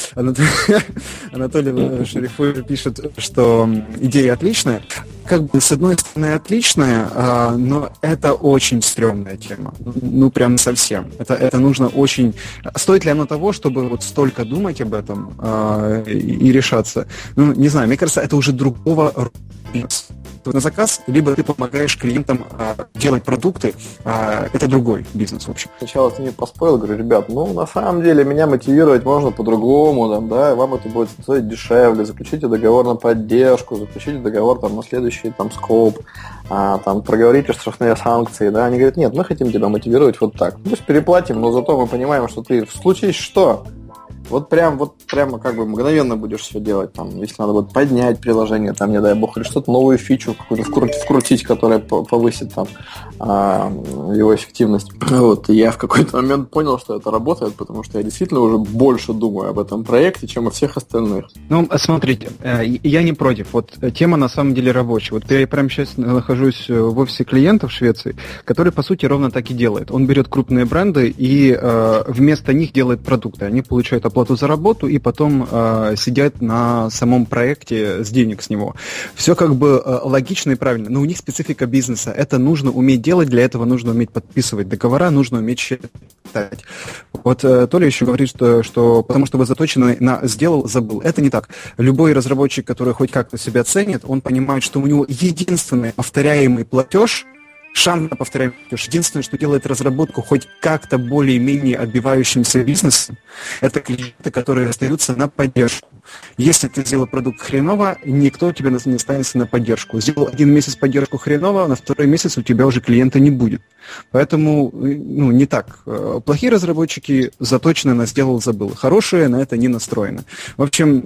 Анатолий Шарифуллин пишет, что идея отличная. Как бы, с одной стороны, отличная, но это очень стрёмная тема. Прям совсем. Это нужно очень... Стоит ли оно того, чтобы вот столько думать об этом и решаться? Не знаю, мне кажется, это уже другого бизнеса. На заказ, либо ты помогаешь клиентам делать продукты, это другой бизнес, в общем. Сначала с ними поспорил, говорю: ребят, на самом деле меня мотивировать можно по-другому, вам это будет стоить дешевле, заключите договор на поддержку, заключите договор на следующий скоп, проговорите штрафные санкции, да. Они говорят: нет, мы хотим тебя мотивировать вот так. Пусть переплатим, но зато мы понимаем, что ты в случае что... прямо как бы мгновенно будешь все делать. Если надо будет поднять приложение, не дай бог, или что-то, новую фичу какую-то вкрутить, которая повысит его эффективность. И я в какой-то момент понял, что это работает, потому что я действительно уже больше думаю об этом проекте, чем о всех остальных. Смотрите, я не против. Тема на самом деле рабочая. Я прямо сейчас нахожусь в офисе клиента в Швеции, который, по сути, ровно так и делает. Он берет крупные бренды и вместо них делает продукты. Они получают оплату за работу и потом сидят на самом проекте с денег с него. Все как бы логично и правильно, но у них специфика бизнеса. Это нужно уметь делать, для этого нужно уметь подписывать договора, нужно уметь считать. Толя еще говорит, что потому что вы заточены на «сделал, забыл». Это не так. Любой разработчик, который хоть как-то себя ценит, он понимает, что у него единственный повторяемый платеж, шанс на повторяемый платеж, единственное, что делает разработку хоть как-то более-менее отбивающимся бизнесом, это клиенты, которые остаются на поддержку. Если ты сделал продукт хреново, никто тебе не останется на поддержку. Сделал 1 месяц поддержку хреново, на 2-й месяц у тебя уже клиента не будет. Поэтому, не так. Плохие разработчики заточены на «сделал, забыл». Хорошие на это не настроены. В общем,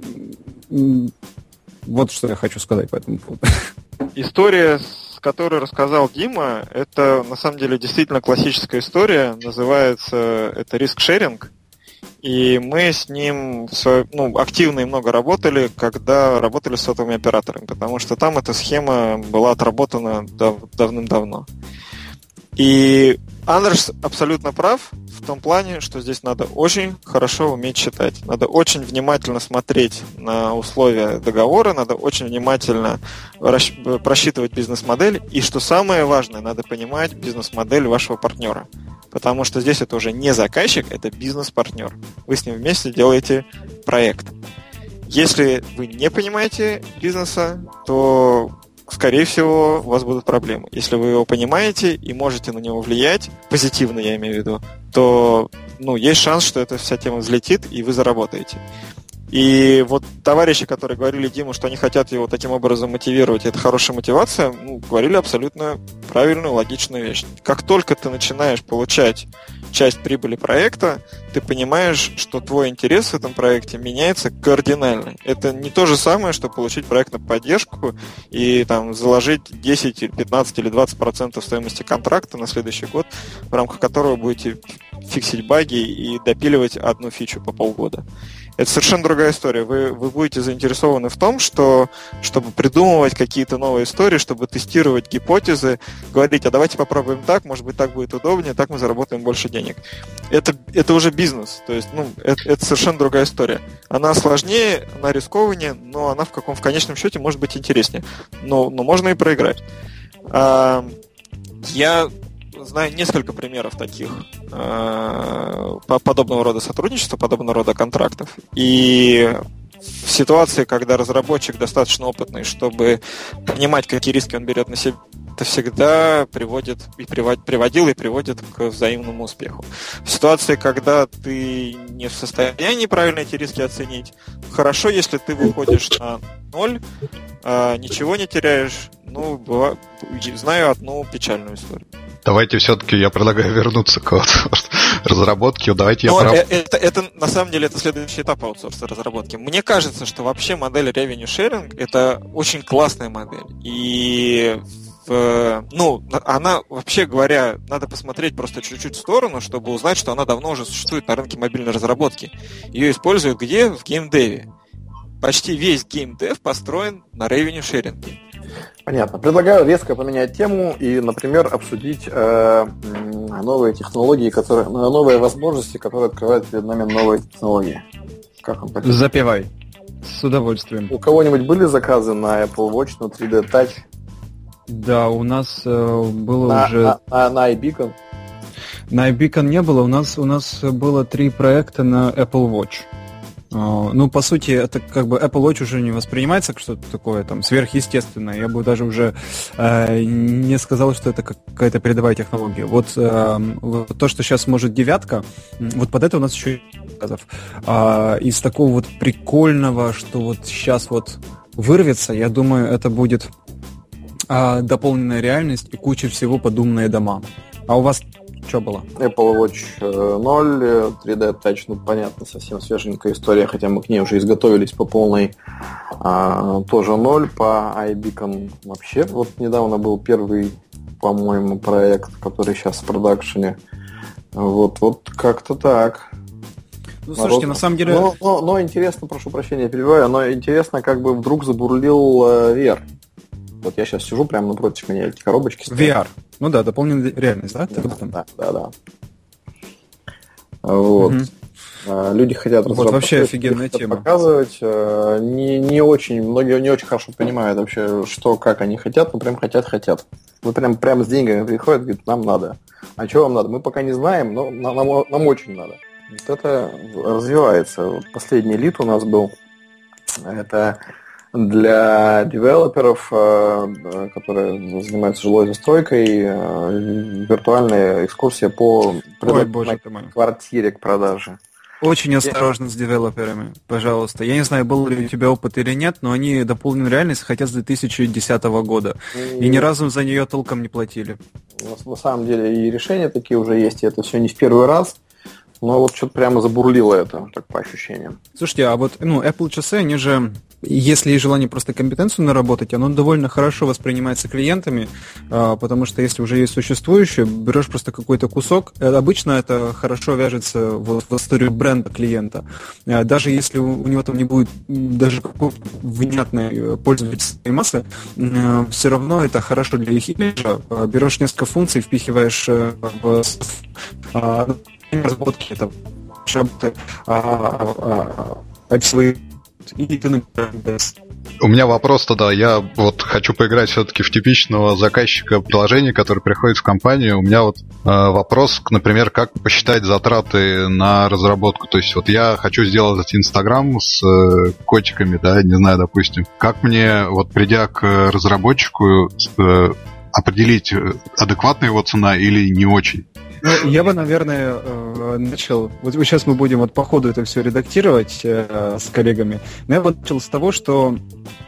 вот что я хочу сказать по этому поводу. История, которую рассказал Дима, это на самом деле действительно классическая история. Называется это риск-шеринг. И мы с ним активно и много работали, когда работали с сотовыми операторами, потому что там эта схема была отработана давным-давно. И Андреш абсолютно прав в том плане, что здесь надо очень хорошо уметь читать. Надо очень внимательно смотреть на условия договора, надо очень внимательно просчитывать бизнес-модель. И что самое важное, надо понимать бизнес-модель вашего партнера. Потому что здесь это уже не заказчик, это бизнес-партнер. Вы с ним вместе делаете проект. Если вы не понимаете бизнеса, то скорее всего, у вас будут проблемы. Если вы его понимаете и можете на него влиять, позитивно я имею в виду, то есть шанс, что эта вся тема взлетит, и вы заработаете. И вот товарищи, которые говорили Диму, что они хотят его таким образом мотивировать, это хорошая мотивация, говорили абсолютно правильную, логичную вещь. Как только ты начинаешь получать часть прибыли проекта, ты понимаешь, что твой интерес в этом проекте меняется кардинально. Это не то же самое, что получить проектную поддержку и заложить 10, 15 или 20% стоимости контракта на следующий год, в рамках которого будете фиксить баги и допиливать одну фичу по полгода. Это совершенно другая история. Вы будете заинтересованы в том, чтобы придумывать какие-то новые истории, чтобы тестировать гипотезы, говорить, а давайте попробуем так, может быть, так будет удобнее, так мы заработаем больше денег. Это уже бизнес, то есть, это совершенно другая история. Она сложнее, она рискованнее, но она в конечном счете может быть интереснее. Но можно и проиграть. Я знаю несколько примеров таких подобного рода сотрудничества, подобного рода контрактов. И в ситуации, когда разработчик достаточно опытный, чтобы понимать, какие риски он берет на себя, это всегда приводит и приводил и приводит к взаимному успеху. В ситуации, когда ты не в состоянии правильно эти риски оценить, хорошо, если ты выходишь на ноль, ничего не теряешь. Знаю одну печальную историю. Давайте все-таки, я предлагаю вернуться к разработке. Это на самом деле это следующий этап аутсорса разработки. Мне кажется, что вообще модель revenue sharing это очень классная модель. И она, вообще говоря, надо посмотреть просто чуть-чуть в сторону, чтобы узнать, что она давно уже существует на рынке мобильной разработки. Ее используют где? В геймдеве. Почти весь геймдев построен на revenue sharing. Понятно. Предлагаю резко поменять тему и, например, обсудить новые технологии, новые возможности, которые открывают перед нами новые технологии. Как вам такое? Запивай. С удовольствием. У кого-нибудь были заказы на Apple Watch, на 3D Touch? Да, у нас было уже... На iBeacon? На iBeacon не было. У нас было 3 проекта на Apple Watch. По сути, это Apple Watch уже не воспринимается как что-то такое сверхъестественное. Я бы даже уже не сказал, что это какая-то передовая технология. Вот то, что сейчас может 9, вот под это у нас еще заказов. Из такого прикольного, что сейчас вырвется, я думаю, это будет дополненная реальность и куча всего под умные дома. А у вас что было? Apple Watch 0, 3D Touch, понятно, совсем свеженькая история, хотя мы к ней уже изготовились по полной. Тоже 0, по iBeacon вообще. Вот недавно был первый, по-моему, проект, который сейчас в продакшене. Вот как-то так. Слушайте, на самом деле... Но интересно, прошу прощения, перебиваю, но интересно, вдруг забурлил VR. Вот я сейчас сижу прямо напротив меня, эти коробочки стоят. VR. Да, дополненная реальность, да? Да. Вот. Люди хотят разрабатывать. Вообще офигенная тема. Показывать. Не очень, многие не очень хорошо понимают вообще, как они хотят, но прям хотят. Вот прям с деньгами приходят, говорят, нам надо. А что вам надо? Мы пока не знаем, но нам очень надо. Вот это развивается. Последний лид у нас был. Это для девелоперов, которые занимаются жилой застройкой, виртуальная экскурсия по квартире к продаже. Очень осторожно с девелоперами, пожалуйста. Я не знаю, был ли у тебя опыт или нет, но они дополненную реальность хотят с 2010 года. И ни разу за нее толком не платили. На самом деле и решения такие уже есть, и это все не в первый раз. Но вот что-то прямо забурлило это, так по ощущениям. Слушайте, а Apple часы, они же если есть желание просто компетенцию наработать, оно довольно хорошо воспринимается клиентами, потому что если уже есть существующее, берешь просто какой-то кусок, обычно это хорошо вяжется в историю бренда клиента. Даже если у него там не будет даже какой-то внятной пользовательской массы, все равно это хорошо для их имиджа. Берешь несколько функций, впихиваешь в разработки, это работы, и ты набираешь. У меня вопрос тогда. Я вот хочу поиграть все-таки в типичного заказчика приложения, который приходит в компанию. У меня вот вопрос, например, как посчитать затраты на разработку. То есть вот я хочу сделать Инстаграм с котиками, да, не знаю, допустим. Как мне, вот придя к разработчику, определить, адекватная его цена или не очень? Ну, я бы, наверное, начал... Вот сейчас мы будем вот по ходу это все редактировать с коллегами. Но я бы начал с того, что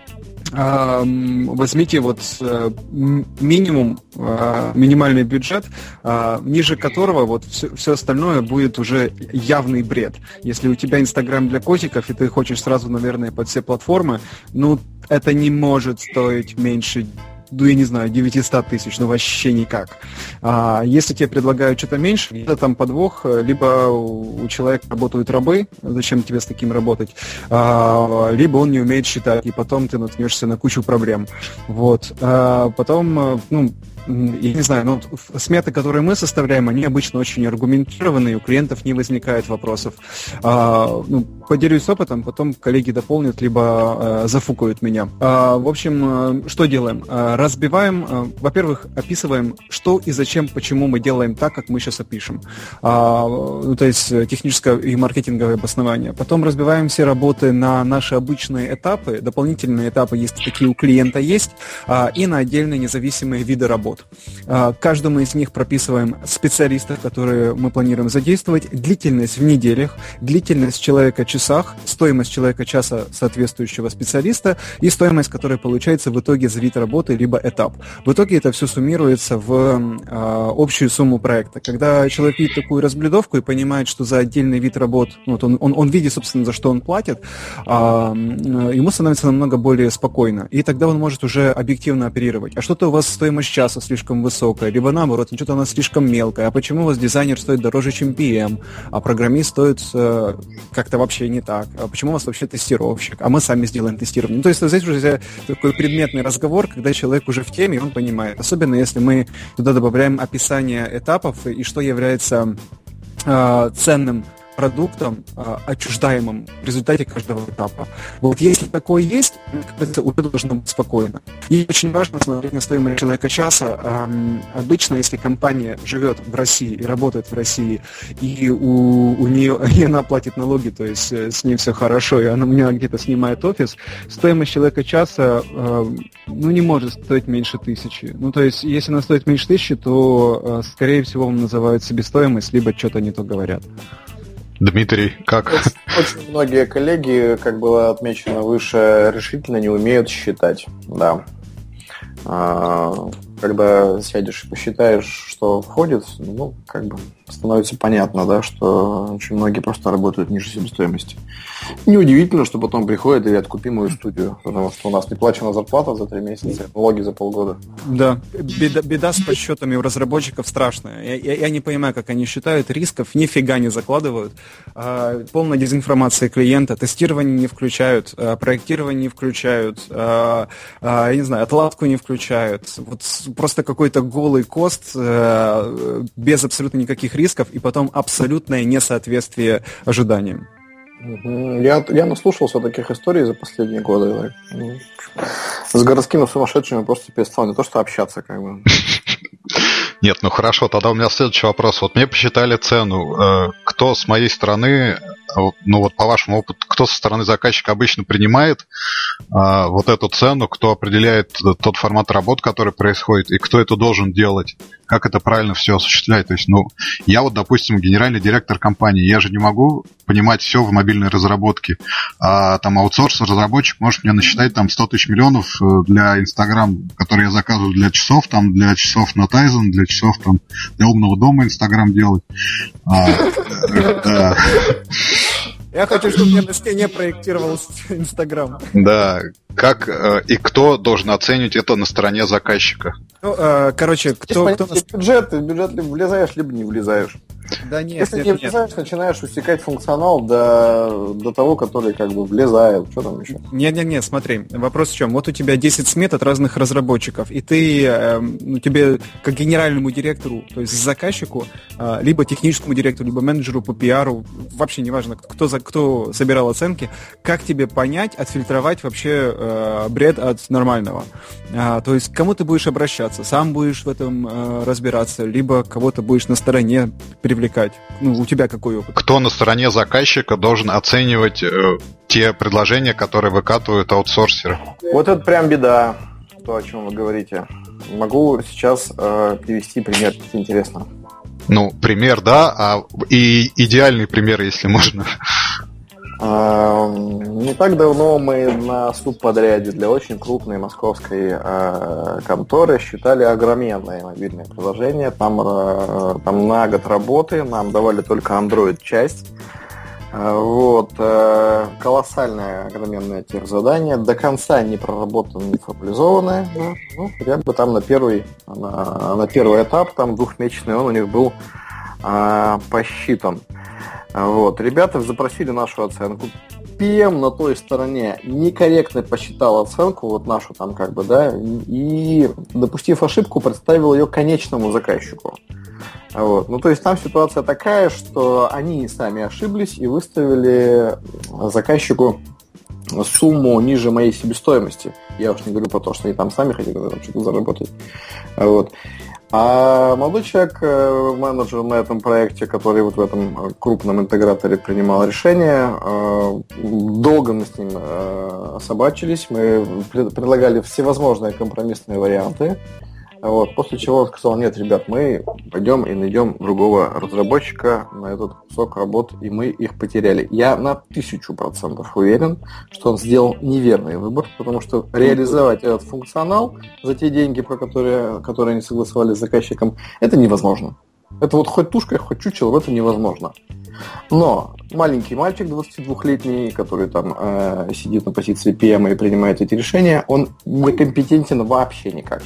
возьмите вот минимум, минимальный бюджет, ниже которого вот все остальное будет уже явный бред. Если у тебя Инстаграм для котиков, и ты хочешь сразу, наверное, под все платформы, ну, это не может стоить меньше, ну, я не знаю, 900 тысяч, ну, вообще никак. Если тебе предлагают что-то меньше, это там подвох, либо у человека работают рабы, зачем тебе с таким работать, либо он не умеет считать, и потом ты наткнешься на кучу проблем. Вот. Потом, ну, я не знаю, но сметы, которые мы составляем, они обычно очень аргументированные, у клиентов не возникает вопросов. Поделюсь опытом, потом коллеги дополнят, либо зафукают меня. В общем, что делаем? Разбиваем, во-первых, описываем, что и зачем, почему мы делаем так, как мы сейчас опишем. То есть техническое и маркетинговое обоснование. Потом разбиваем все работы на наши обычные этапы, дополнительные этапы, если такие у клиента есть, и на отдельные независимые виды работ. Каждому из них прописываем специалистов, которые мы планируем задействовать, длительность в неделях, длительность человека в часах, стоимость человека часа соответствующего специалиста и стоимость, которая получается в итоге за вид работы либо этап. В итоге это все суммируется в общую сумму проекта. Когда человек видит такую разблюдовку и понимает, что за отдельный вид работ, вот он видит, собственно, за что он платит, ему становится намного более спокойно. И тогда он может уже объективно оперировать. А что-то у вас стоимость часа слишком высокая, либо наоборот, что-то у нас слишком мелкое. А почему у вас дизайнер стоит дороже, чем PM, а программист стоит как-то вообще не так? А почему у вас вообще тестировщик? А мы сами сделаем тестирование. Ну, то есть здесь уже такой предметный разговор, когда человек уже в теме, и он понимает. Особенно если мы туда добавляем описание этапов и что является ценным продуктом, отчуждаемым в результате каждого этапа. Вот если такое есть, мне кажется, уже должно быть спокойно. И очень важно смотреть на стоимость человека часа. Обычно, если компания живет в России и работает в России, и у нее, и она платит налоги, то есть с ней все хорошо, и она у нее где-то снимает офис, стоимость человека часа не может стоить меньше 1000. Ну, то есть, если она стоит меньше 1000, то, скорее всего, вам называют себестоимость, либо что-то не то говорят. Дмитрий, как? Очень многие коллеги, как было отмечено выше, решительно не умеют считать. Да. Когда сядешь и посчитаешь, что входит, становится понятно, да, что очень многие просто работают ниже себестоимости. Неудивительно, что потом приходят и говорят: купи мою студию, потому что у нас не плачена зарплата за 3 месяца, налоги за полгода. Да, беда с подсчетами у разработчиков страшная. Я не понимаю, как они считают, рисков нифига не закладывают. Полная дезинформация клиента, тестирование не включают, проектирование не включают, я не знаю, отладку не включают. Вот просто какой-то голый кост без абсолютно никаких рисков и потом абсолютное несоответствие ожиданиям. Я наслушался таких историй за последние годы. С городскими сумасшедшими просто перестал не то что общаться, как бы. Нет, ну хорошо, тогда у меня следующий вопрос. Вот мне посчитали цену. Кто с моей стороны, ну вот по вашему опыту, кто со стороны заказчика обычно принимает вот эту цену, кто определяет тот формат работ, который происходит, и кто это должен делать? Как это правильно все осуществлять? То есть, я вот, допустим, генеральный директор компании, я же не могу понимать все в мобильной разработке. А там аутсорс-разработчик может мне насчитать там 100 тысяч миллионов для Инстаграм, который я заказываю для часов на Тайзен, для часов там для умного дома Инстаграм делать. Я хочу, чтобы мне на стене проектировался Инстаграм. Да, как и кто должен оценивать это на стороне заказчика? Ну, короче, кто... Бюджет либо влезаешь, либо не влезаешь. Да нет, если не влезаешь, начинаешь усекать функционал до того, который как бы влезает. Что там еще? Не, смотри, вопрос в чем? Вот у тебя 10 смет от разных разработчиков, и ты, тебе как генеральному директору, то есть заказчику, либо техническому директору, либо менеджеру по пиару, вообще неважно, кто собирал оценки, как тебе понять, отфильтровать вообще бред от нормального? То есть к кому ты будешь обращаться? Сам будешь в этом разбираться, либо кого-то будешь на стороне привлекать? Ну, у тебя какой опыт? Кто на стороне заказчика должен оценивать те предложения, которые выкатывают аутсорсеры? Вот это прям беда, то, о чем вы говорите. Могу сейчас привести пример, если интересно. Ну, пример, да, и идеальный пример, если можно. Не так давно мы на субподряде для очень крупной московской конторы считали огроменное мобильное приложение. Там на год работы нам давали только Android-часть. Вот. Колоссальное, огроменное техзадание, до конца не проработанное, не формализованное. Ну, хотя бы там на первый этап, там двухмесячный, он у них был посчитан. Вот. Ребята запросили нашу оценку. PM на той стороне некорректно посчитал оценку, вот нашу там как бы, да, и, допустив ошибку, представил ее конечному заказчику. Вот. Ну, то есть там ситуация такая, что они сами ошиблись и выставили заказчику сумму ниже моей себестоимости. Я уж не говорю про то, что они там сами хотели там что-то заработать. Вот. А молодой человек, менеджер на этом проекте, который вот в этом крупном интеграторе принимал решение, долго мы с ним собачились, мы предлагали всевозможные компромиссные варианты. Вот, после чего он сказал: нет, ребят, мы пойдем и найдем другого разработчика на этот кусок работ, и мы их потеряли. Я на 1000% уверен, что он сделал неверный выбор, потому что реализовать этот функционал за те деньги, про которые они согласовали с заказчиком, это невозможно. Это вот хоть тушка, хоть чучело, это невозможно. Но маленький мальчик, 22-летний, который там сидит на позиции PM и принимает эти решения, он некомпетентен вообще никак.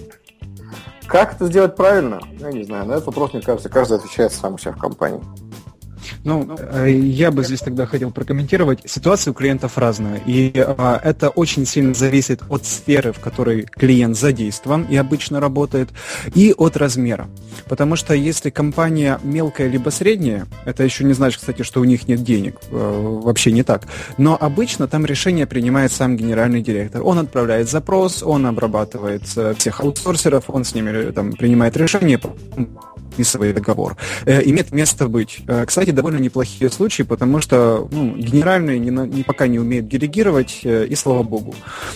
Как это сделать правильно? Я не знаю. На этот вопрос, мне кажется, каждый отвечает сам у себя в компании. Ну, я бы здесь тогда хотел прокомментировать. Ситуация у клиентов разная, и это очень сильно зависит от сферы, в которой клиент задействован и обычно работает, и от размера. Потому что если компания мелкая либо средняя, это еще не значит, кстати, что у них нет денег. Вообще не так. Но обычно там решение принимает сам генеральный директор. Он отправляет запрос, он обрабатывает всех аутсорсеров, он с ними там принимает решение, подписывает договор. Имеет место быть. Кстати, довольно неплохие случаи, потому что генеральный пока не умеет делегировать, и слава богу.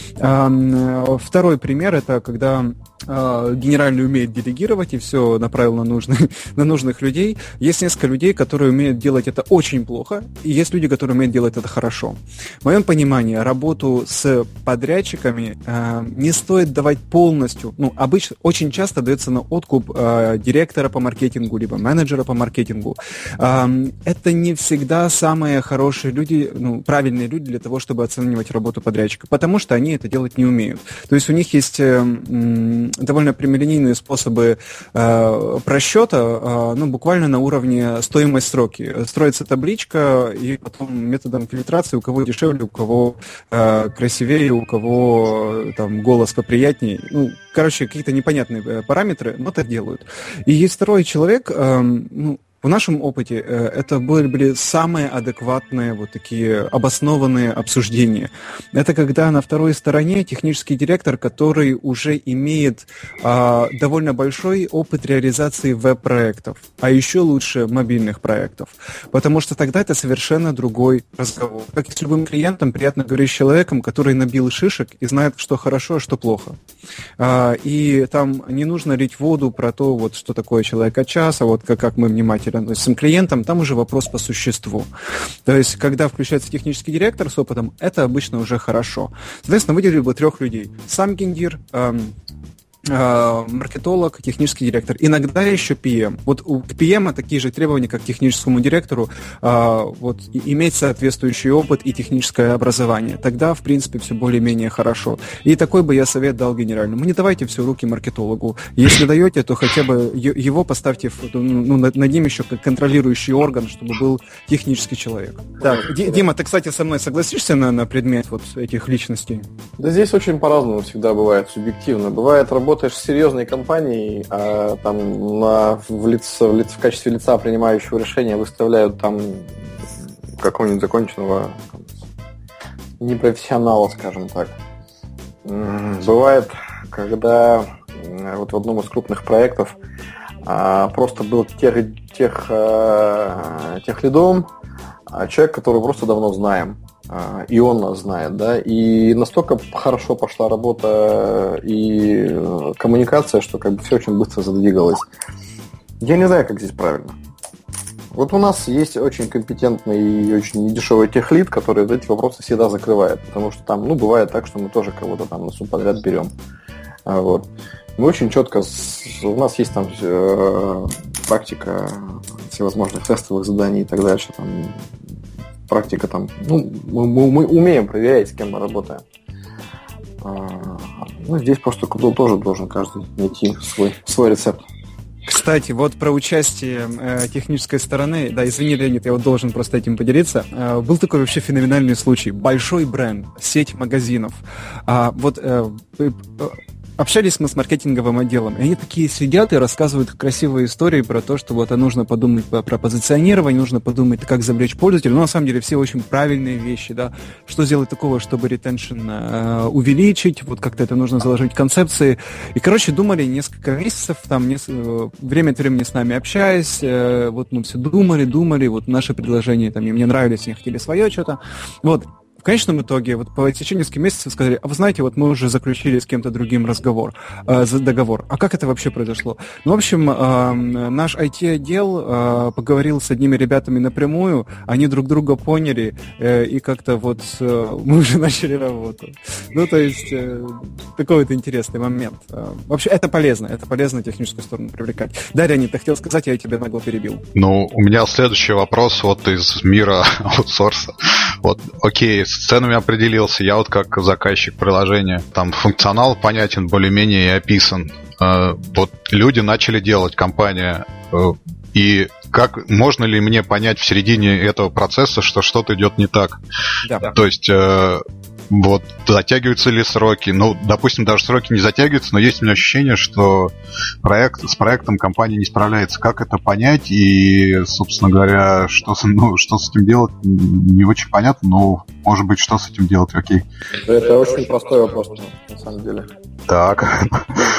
Второй пример — это когда генеральный умеет делегировать и все направил на нужных людей. Есть несколько людей, которые умеют делать это очень плохо, и есть люди, которые умеют делать это хорошо. В моем понимании, работу с подрядчиками не стоит давать полностью. Обычно очень часто дается на откуп директора по маркетингу, либо менеджера по маркетингу. Это не всегда самые хорошие люди, правильные люди для того, чтобы оценивать работу подрядчика, потому что они это делать не умеют. То есть у них есть довольно прямолинейные способы просчета, буквально на уровне стоимость сроки. Строится табличка, и потом методом фильтрации, у кого дешевле, у кого красивее, у кого там голос поприятнее. Какие-то непонятные параметры, но так делают. И есть второй человек, в нашем опыте это были самые адекватные, вот такие обоснованные обсуждения. Это когда на второй стороне технический директор, который уже имеет довольно большой опыт реализации веб-проектов, а еще лучше мобильных проектов. Потому что тогда это совершенно другой разговор. Как и с любым клиентом, приятно говорить с человеком, который набил шишек и знает, что хорошо, а что плохо. И там не нужно лить воду про то, вот, что такое человека часа, вот как мы внимательно относимся к клиентам, там уже вопрос по существу. То есть, когда включается технический директор с опытом, это обычно уже хорошо. Соответственно, выделили бы 3 людей. Сам гендир, маркетолог, технический директор, иногда еще PM. Вот у PM такие же требования, как к техническому директору, вот, иметь соответствующий опыт и техническое образование. Тогда, в принципе, все более-менее хорошо. И такой бы я совет дал генеральному. Не давайте все руки маркетологу. Если даете, то хотя бы его поставьте над ним еще как контролирующий орган, чтобы был технический человек. Так, Дима, ты, кстати, со мной согласишься на предмет вот этих личностей? Да здесь очень по-разному всегда бывает, субъективно. Бывает, работаешь в серьезной компании, а там в качестве лица, принимающего решения, выставляют там какого-нибудь законченного непрофессионала, скажем так. Бывает, когда вот в одном из крупных проектов просто был тех лидом человек, которого просто давно знаем. И он нас знает, да, и настолько хорошо пошла работа и коммуникация, что как бы все очень быстро задвигалось. Я не знаю, как здесь правильно. Вот у нас есть очень компетентный и очень недешевый техлид, который эти вопросы всегда закрывает, потому что там, бывает так, что мы тоже кого-то там на субподряд берем. Вот. Мы очень четко, у нас есть там практика всевозможных тестовых заданий и так дальше, там практика там, мы умеем проверять, с кем мы работаем. Здесь просто тоже должен каждый найти свой рецепт. Кстати, вот про участие технической стороны, да, извини, Леонид, я вот должен просто этим поделиться. Был такой вообще феноменальный случай. Большой бренд, сеть магазинов. Общались мы с маркетинговым отделом, и они такие сидят и рассказывают красивые истории про то, что вот нужно подумать про позиционирование, нужно подумать, как завлечь пользователя. Но на самом деле все очень правильные вещи, да. Что сделать такого, чтобы ретеншн увеличить, вот как-то это нужно заложить в концепции. И, короче, думали несколько месяцев, там время от времени с нами общаясь, вот мы все думали, вот наши предложения там им не нравились, они хотели свое что-то. Вот. В конечном итоге, вот по течению нескольких месяцев сказали, а вы знаете, вот мы уже заключили с кем-то другим договор. А как это вообще произошло? В общем, наш IT-отдел поговорил с одними ребятами напрямую, они друг друга поняли, и как-то вот мы уже начали работу. То есть, такой вот интересный момент. Вообще, это полезно техническую сторону привлекать. Да, Леонид, ты хотел сказать, я тебя нагло перебил. У меня следующий вопрос вот из мира аутсорса. Вот, окей, с ценами определился, я вот как заказчик приложения, там функционал понятен, более-менее и описан. Вот люди начали делать, компания, и как можно ли мне понять в середине этого процесса, что что-то идет не так? Да. То есть вот затягиваются ли сроки? Допустим, даже сроки не затягиваются, но есть у меня ощущение, что с проектом компания не справляется. Как это понять? И, собственно говоря, что с этим делать, не очень понятно, но, может быть, что с этим делать, окей. Это очень простой вопрос, на самом деле. Так.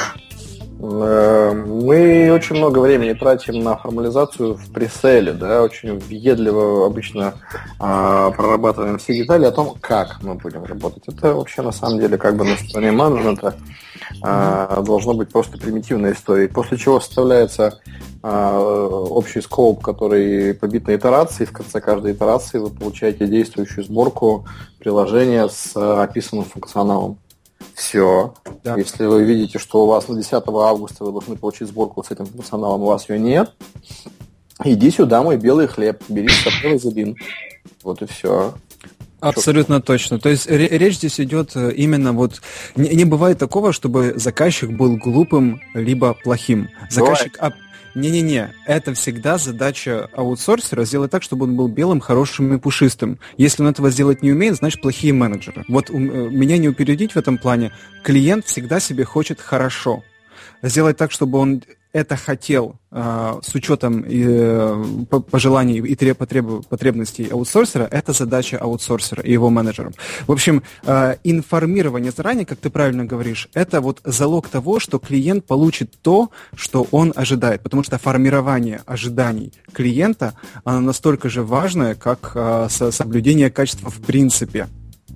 Мы очень много времени тратим на формализацию в преселе, да, очень въедливо обычно прорабатываем все детали о том, как мы будем работать. Это вообще на самом деле как бы на стороне менеджмента должно быть просто примитивная история. После чего составляется общий скоуп, который побит на итерации. В конце каждой итерации вы получаете действующую сборку приложения с описанным функционалом. Все. Да. Если вы видите, что у вас на 10 августа вы должны получить сборку с этим функционалом, у вас ее нет, иди сюда, мой белый хлеб, бери с собой изобин. Вот и все. Абсолютно точно. То есть речь здесь идет именно вот... Не бывает такого, чтобы заказчик был глупым либо плохим. Заказчик... Не-не-не, это всегда задача аутсорсера сделать так, чтобы он был белым, хорошим и пушистым. Если он этого сделать не умеет, значит плохие менеджеры. Вот меня не упередить в этом плане. Клиент всегда себе хочет хорошо. Сделать так, чтобы он это хотел с учетом пожеланий и потребностей аутсорсера, это задача аутсорсера и его менеджеров. В общем, информирование заранее, как ты правильно говоришь, это вот залог того, что клиент получит то, что он ожидает. Потому что формирование ожиданий клиента, оно настолько же важное, как соблюдение качества в принципе.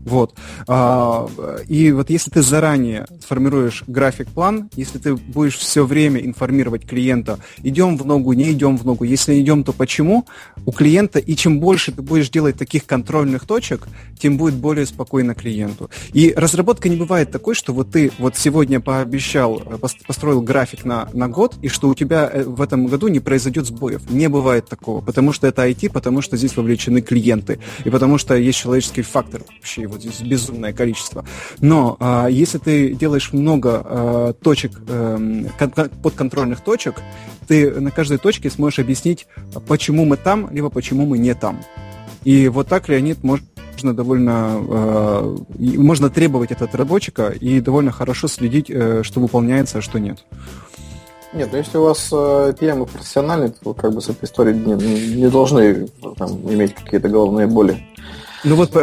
Вот. И вот если ты заранее сформируешь график-план, если ты будешь все время информировать клиента, идем в ногу, не идем в ногу, если идем, то почему, у клиента, и чем больше ты будешь делать таких контрольных точек, тем будет более спокойно клиенту. И разработка не бывает такой, что вот ты вот сегодня пообещал, построил график на год, и что у тебя в этом году не произойдет сбоев. Не бывает такого, потому что это IT, потому что здесь вовлечены клиенты, и потому что есть человеческий фактор вообще. Вот здесь безумное количество. Но если ты делаешь много точек, подконтрольных точек, ты на каждой точке сможешь объяснить, почему мы там, либо почему мы не там. И вот так, Леонид, можно требовать от разработчика и довольно хорошо следить, что выполняется, а что нет. Нет, ну если у вас PM профессиональные, то как бы с этой историей не должны там, иметь какие-то головные боли. Ну вот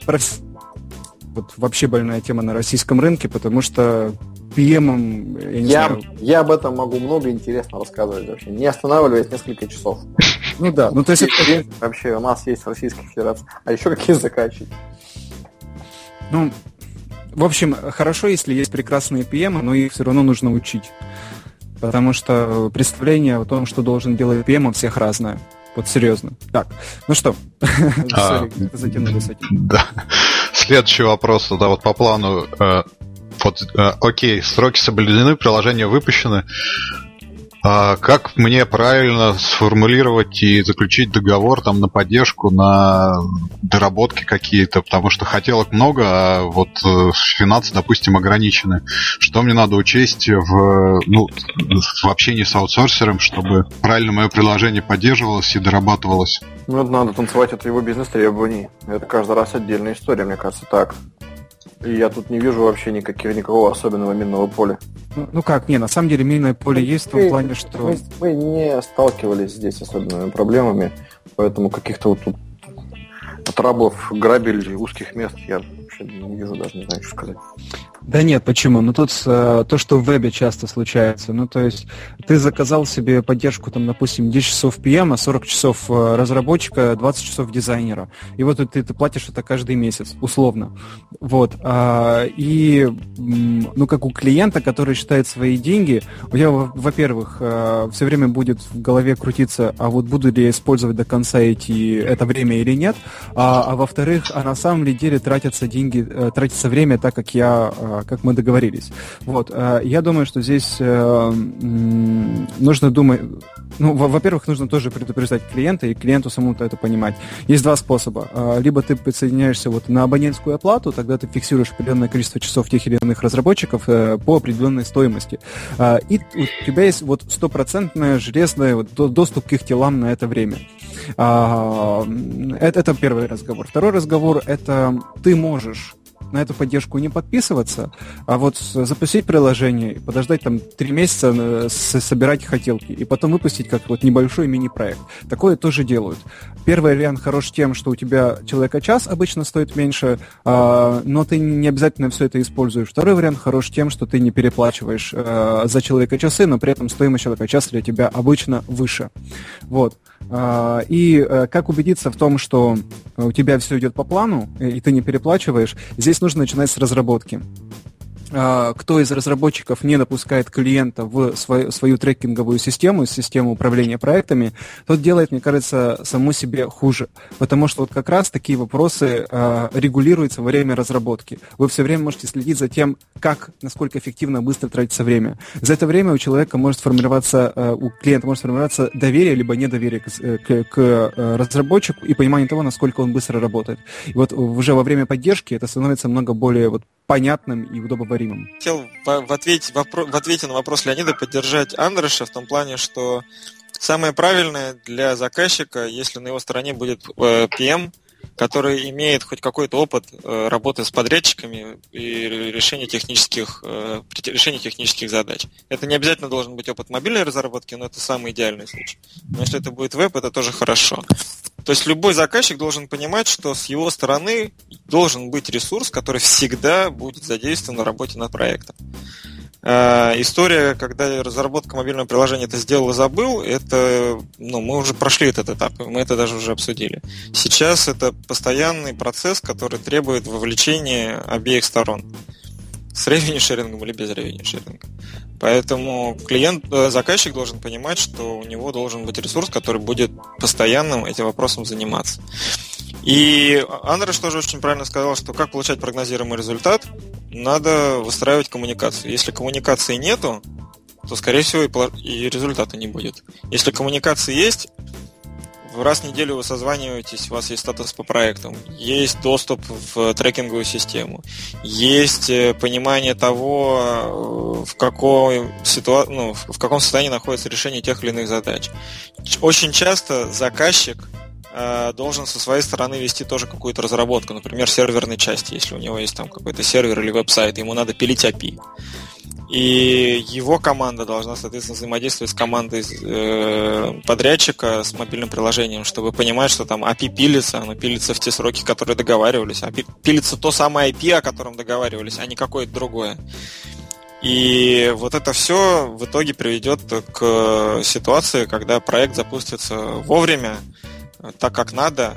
вообще больная тема на российском рынке, потому что PM, я об этом могу много интересно рассказывать вообще, не останавливаясь несколько часов. Ну да, ну то есть вообще у нас есть Российская Федерация, а еще какие заказчики? Ну, в общем, хорошо, если есть прекрасные PM, но их все равно нужно учить, потому что представление о том, что должен делать PM, у всех разное. Вот серьезно. Так, ну что, затянули с этим. Да. Следующий вопрос, да, вот по плану. Окей, сроки соблюдены, приложения выпущены. Как мне правильно сформулировать и заключить договор там на поддержку, на доработки какие-то, потому что хотелок много, а вот финансы, допустим, ограничены. Что мне надо учесть в общении с аутсорсером, чтобы правильно мое приложение поддерживалось и дорабатывалось? Ну, это надо танцевать от его бизнес-требований. Это каждый раз отдельная история, мне кажется, так. И я тут не вижу вообще никакого особенного минного поля. Ну как, на самом деле минное поле есть в том плане, что... Мы не сталкивались здесь с особенными проблемами, поэтому каких-то вот тут траблов, грабель узких мест я вообще не вижу, даже не знаю, что сказать. Да нет, почему? Ну тут то, что в вебе часто случается. Ну то есть ты заказал себе поддержку, там, допустим, 10 часов PM, 40 часов разработчика, 20 часов дизайнера. И вот ты платишь это каждый месяц, условно. Вот. И, как у клиента, который считает свои деньги, у тебя, во-первых, все время будет в голове крутиться, а вот буду ли я использовать до конца это время или нет, а во-вторых, на самом ли деле тратятся время так, как мы договорились. Вот. Я думаю, что здесь нужно думать... во-первых, нужно тоже предупреждать клиента, и клиенту самому-то это понимать. Есть два способа. Либо ты подсоединяешься на абонентскую оплату, тогда ты фиксируешь определенное количество часов тех или иных разработчиков по определенной стоимости. И у тебя есть стопроцентный железный доступ к их телам на это время. Это первый разговор. Второй разговор – это ты можешь на эту поддержку не подписываться, а вот запустить приложение, подождать там 3 месяца, собирать хотелки, и потом выпустить как небольшой мини-проект. Такое тоже делают. Первый вариант хорош тем, что у тебя человека-час обычно стоит меньше, но ты не обязательно все это используешь. Второй вариант хорош тем, что ты не переплачиваешь за человека-часы, но при этом стоимость человека-часа для тебя обычно выше. Вот. И как убедиться в том, что у тебя все идет по плану, и ты не переплачиваешь, здесь нужно начинать с разработки. Кто из разработчиков не допускает клиента в свою трекинговую систему управления проектами, тот делает, мне кажется, саму себе хуже. Потому что как раз такие вопросы регулируются во время разработки. Вы все время можете следить за тем, насколько эффективно быстро тратится время. За это время у клиента может сформироваться доверие либо недоверие к разработчику и понимание того, насколько он быстро работает. И вот уже во время поддержки это становится много более понятным и удобоваримым. Хотел в ответе на вопрос Леонида поддержать Андреша в том плане, что самое правильное для заказчика, если на его стороне будет PM, который имеет хоть какой-то опыт работы с подрядчиками и решения технических задач. Это не обязательно должен быть опыт мобильной разработки, но это самый идеальный случай. Но если это будет веб, это тоже хорошо. То есть любой заказчик должен понимать, что с его стороны должен быть ресурс, который всегда будет задействован на работе над проектом. История, когда разработка мобильного приложения это сделал и забыл, это, мы уже прошли этот этап, мы это даже уже обсудили. Сейчас это постоянный процесс, который требует вовлечения обеих сторон. С ревеню-шерингом или без ревеню-шеринга. Поэтому заказчик должен понимать, что у него должен быть ресурс, который будет постоянным этим вопросом заниматься. И Андреш тоже очень правильно сказал, что как получать прогнозируемый результат, надо выстраивать коммуникацию. Если коммуникации нету, то, скорее всего, и результата не будет. Если коммуникации есть, раз в неделю вы созваниваетесь, у вас есть статус по проектам, есть доступ в трекинговую систему, есть понимание того, в каком состоянии находится решение тех или иных задач. Очень часто заказчик должен со своей стороны вести тоже какую-то разработку, например, серверной части, если у него есть там какой-то сервер или веб-сайт, ему надо пилить API. И его команда должна, соответственно, взаимодействовать с командой подрядчика, с мобильным приложением, чтобы понимать, что там API пилится, оно пилится в те сроки, которые договаривались. Пилится то самое IP, о котором договаривались, а не какое-то другое. И вот это все в итоге приведет к ситуации, когда проект запустится вовремя, так как надо,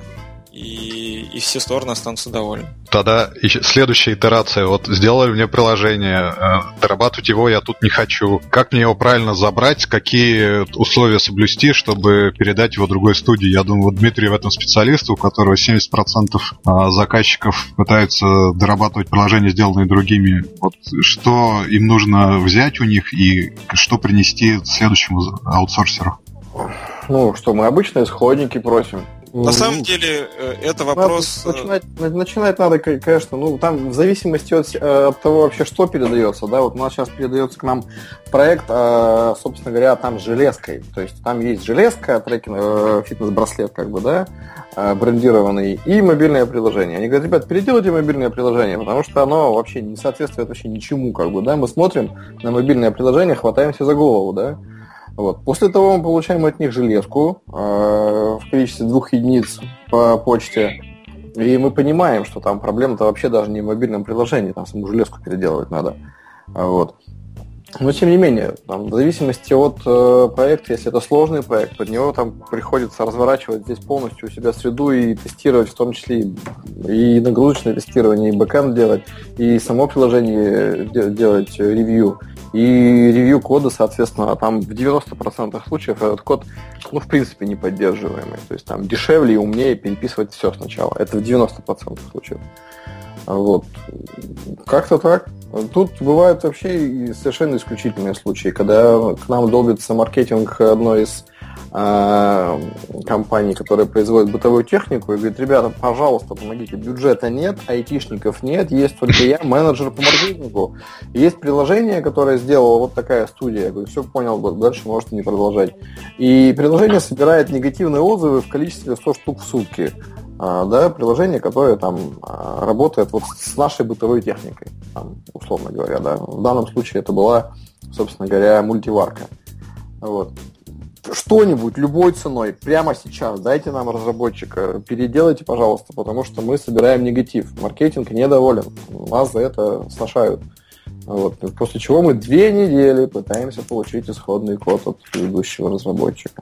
и все стороны останутся довольны. Тогда следующая итерация. Вот сделали мне приложение, дорабатывать его я тут не хочу. Как мне его правильно забрать, какие условия соблюсти, чтобы передать его другой студии? Я думаю, вот Дмитрий в этом специалист, у которого 70% заказчиков пытаются дорабатывать приложения, сделанные другими. Вот что им нужно взять у них и что принести следующему аутсорсеру? Что мы обычно исходники просим. На самом деле, это вопрос... Начинать надо, конечно, там в зависимости от того вообще, что передается, да, вот у нас сейчас передается к нам проект, собственно говоря, там с железкой, то есть там есть железка, фитнес-браслет, брендированный, и мобильное приложение. Они говорят, ребят, переделайте мобильное приложение, потому что оно вообще не соответствует вообще ничему, мы смотрим на мобильное приложение, хватаемся за голову, да. Вот. После того мы получаем от них железку в количестве 2 единиц по почте, и мы понимаем, что там проблема-то вообще даже не в мобильном приложении, там саму железку переделывать надо. Вот. Но тем не менее, в зависимости от проекта, если это сложный проект, под него там приходится разворачивать здесь полностью у себя среду и тестировать, в том числе и нагрузочное тестирование, и бэкэнд делать, и само приложение делать ревью. И ревью кода, соответственно, там в 90% случаев этот код, в принципе, не поддерживаемый. То есть там дешевле и умнее переписывать все сначала. Это в 90% случаев. Вот. Как-то так. Тут бывают вообще и совершенно исключительные случаи, когда к нам долбится маркетинг одной из компаний, которая производит бытовую технику, и говорит, ребята, пожалуйста, помогите, бюджета нет, айтишников нет, есть только я, менеджер по маркетингу. Есть приложение, которое сделала вот такая студия. Я говорю, все понял, дальше можете не продолжать. И приложение собирает негативные отзывы в количестве 100 штук в сутки. Да, приложение, которое там работает вот с нашей бытовой техникой, условно говоря, да. В данном случае это была, собственно говоря, мультиварка. Вот. Что-нибудь, любой ценой, прямо сейчас дайте нам разработчика, переделайте, пожалуйста, потому что мы собираем негатив. Маркетинг недоволен, нас за это сношают. Вот. После чего мы 2 недели пытаемся получить исходный код от предыдущего разработчика.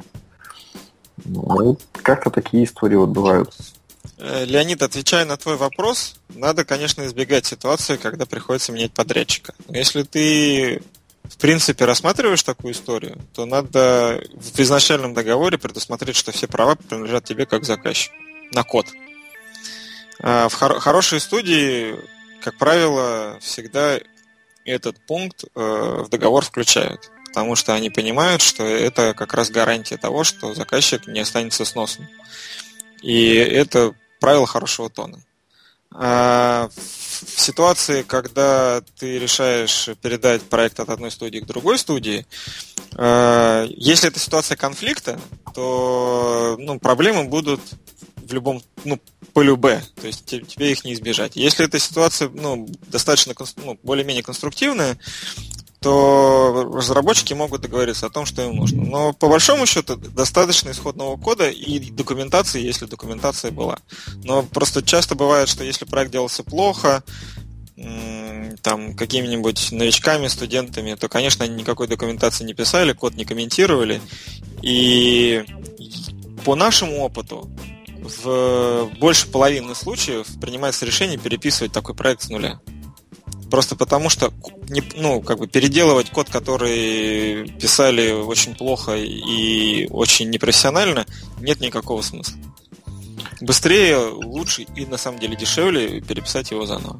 Как-то такие истории вот бывают. Леонид, отвечая на твой вопрос, надо, конечно, избегать ситуации, когда приходится менять подрядчика. Но если ты, в принципе, рассматриваешь такую историю, то надо в изначальном договоре предусмотреть, что все права принадлежат тебе как заказчику на код. В хорошей студии, как правило, всегда этот пункт в договор включают, потому что они понимают, что это как раз гарантия того, что заказчик не останется сносным. И это правило хорошего тона. В ситуации, когда ты решаешь передать проект от одной студии к другой студии, если это ситуация конфликта, то проблемы будут в любом, по-любе, то есть тебе их не избежать. Если эта ситуация достаточно более-менее конструктивная, то разработчики могут договориться о том, что им нужно. Но по большому счету достаточно исходного кода и документации, если документация была. Но просто часто бывает, что если проект делался плохо, там какими-нибудь новичками, студентами, то, конечно, они никакой документации не писали, код не комментировали. И по нашему опыту в больше половины случаев принимается решение переписывать такой проект с нуля. Просто потому, что переделывать код, который писали очень плохо и очень непрофессионально, нет никакого смысла. Быстрее, лучше и на самом деле дешевле переписать его заново.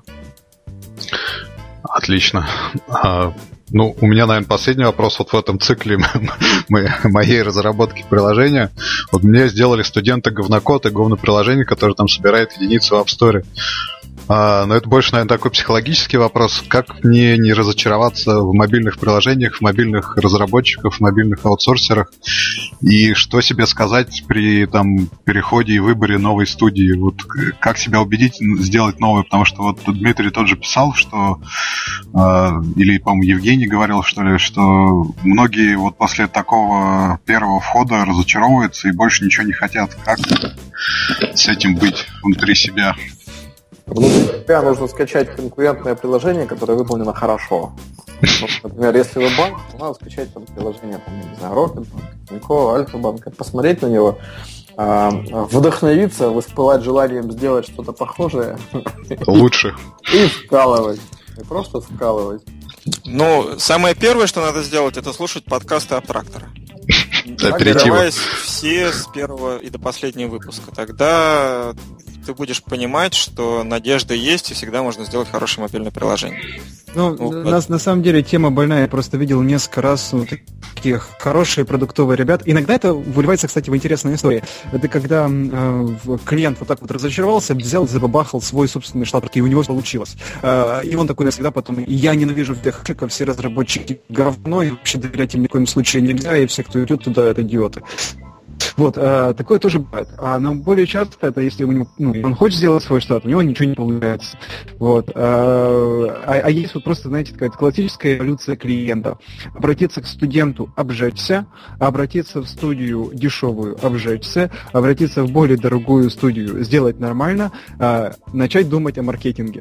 Отлично. У меня, наверное, последний вопрос вот в этом цикле моей разработки приложения. Вот мне сделали студенты говнокод и говноприложение, которое там собирает единицы в App Store. Но это больше, наверное, такой психологический вопрос. Как мне не разочароваться в мобильных приложениях, в мобильных разработчиках, в мобильных аутсорсерах? И что себе сказать при переходе и выборе новой студии? Вот как себя убедить сделать новую? Потому что вот Дмитрий тот же писал, что... или, по-моему, Евгений говорил, что многие вот после такого первого входа разочаровываются и больше ничего не хотят. Как с этим быть внутри себя? Внутри себя нужно скачать конкурентное приложение, которое выполнено хорошо. Например, если вы банк, то надо скачать приложение, Рокетбанк, Тинькофф, Альфа-банк, посмотреть на него, вдохновиться, воспылать желанием сделать что-то похожее. Лучше. И вкалывать. И просто вкалывать. Самое первое, что надо сделать, это слушать подкасты Аптрактора. Оперативно. Все с первого и до последнего выпуска. Тогда ты будешь понимать, что надежда есть, и всегда можно сделать хорошее мобильное приложение. На самом деле тема больная. Я просто видел несколько раз таких хорошие продуктовые ребят. Иногда это выливается, кстати, в интересную историю. Это когда клиент вот так вот разочаровался, взял, забабахал свой собственный шалпер, и у него получилось. И он такой навсегда потом: я ненавижу всех, все разработчики говно, и вообще доверять им ни в коем случае нельзя, и все, кто идет туда, это идиоты. Вот, такое тоже бывает. Но более часто это если он хочет сделать свой штат, у него ничего не получается. Вот. Есть вот просто, знаете, такая классическая эволюция клиента. Обратиться к студенту, обжечься, обратиться в студию дешевую, обжечься, обратиться в более дорогую студию, сделать нормально, начать думать о маркетинге.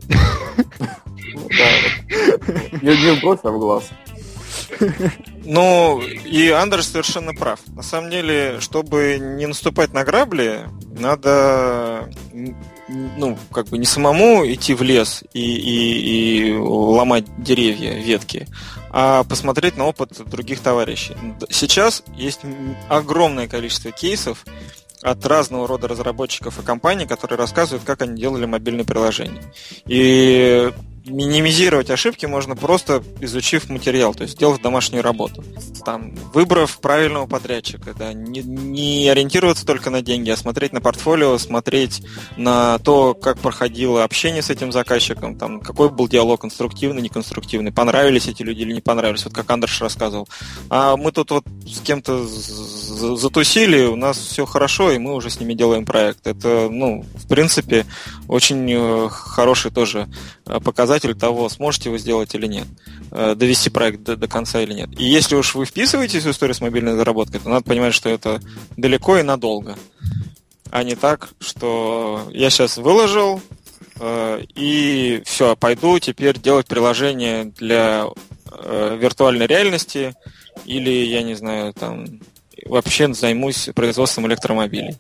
Не бровь, а в глаз. И Андерс совершенно прав. На самом деле, чтобы не наступать на грабли, надо не самому идти в лес и ломать деревья, ветки, а посмотреть на опыт других товарищей. Сейчас есть огромное количество кейсов от разного рода разработчиков и компаний, которые рассказывают, как они делали мобильные приложения. И минимизировать ошибки можно просто изучив материал, то есть сделав домашнюю работу. Выбрав правильного подрядчика, не ориентироваться только на деньги, а смотреть на портфолио, смотреть на то, как проходило общение с этим заказчиком, какой был диалог, конструктивный, неконструктивный, понравились эти люди или не понравились, вот как Андерш рассказывал. А мы тут вот с кем-то затусили, у нас все хорошо, и мы уже с ними делаем проект. Это, в принципе, очень хороший тоже показатель того, сможете вы сделать или нет, довести проект до конца или нет. И если уж вы вписываетесь в историю с мобильной разработкой, то надо понимать, что это далеко и надолго, а не так, что я сейчас выложил и все, пойду теперь делать приложение для виртуальной реальности или, я не знаю, вообще займусь производством электромобилей.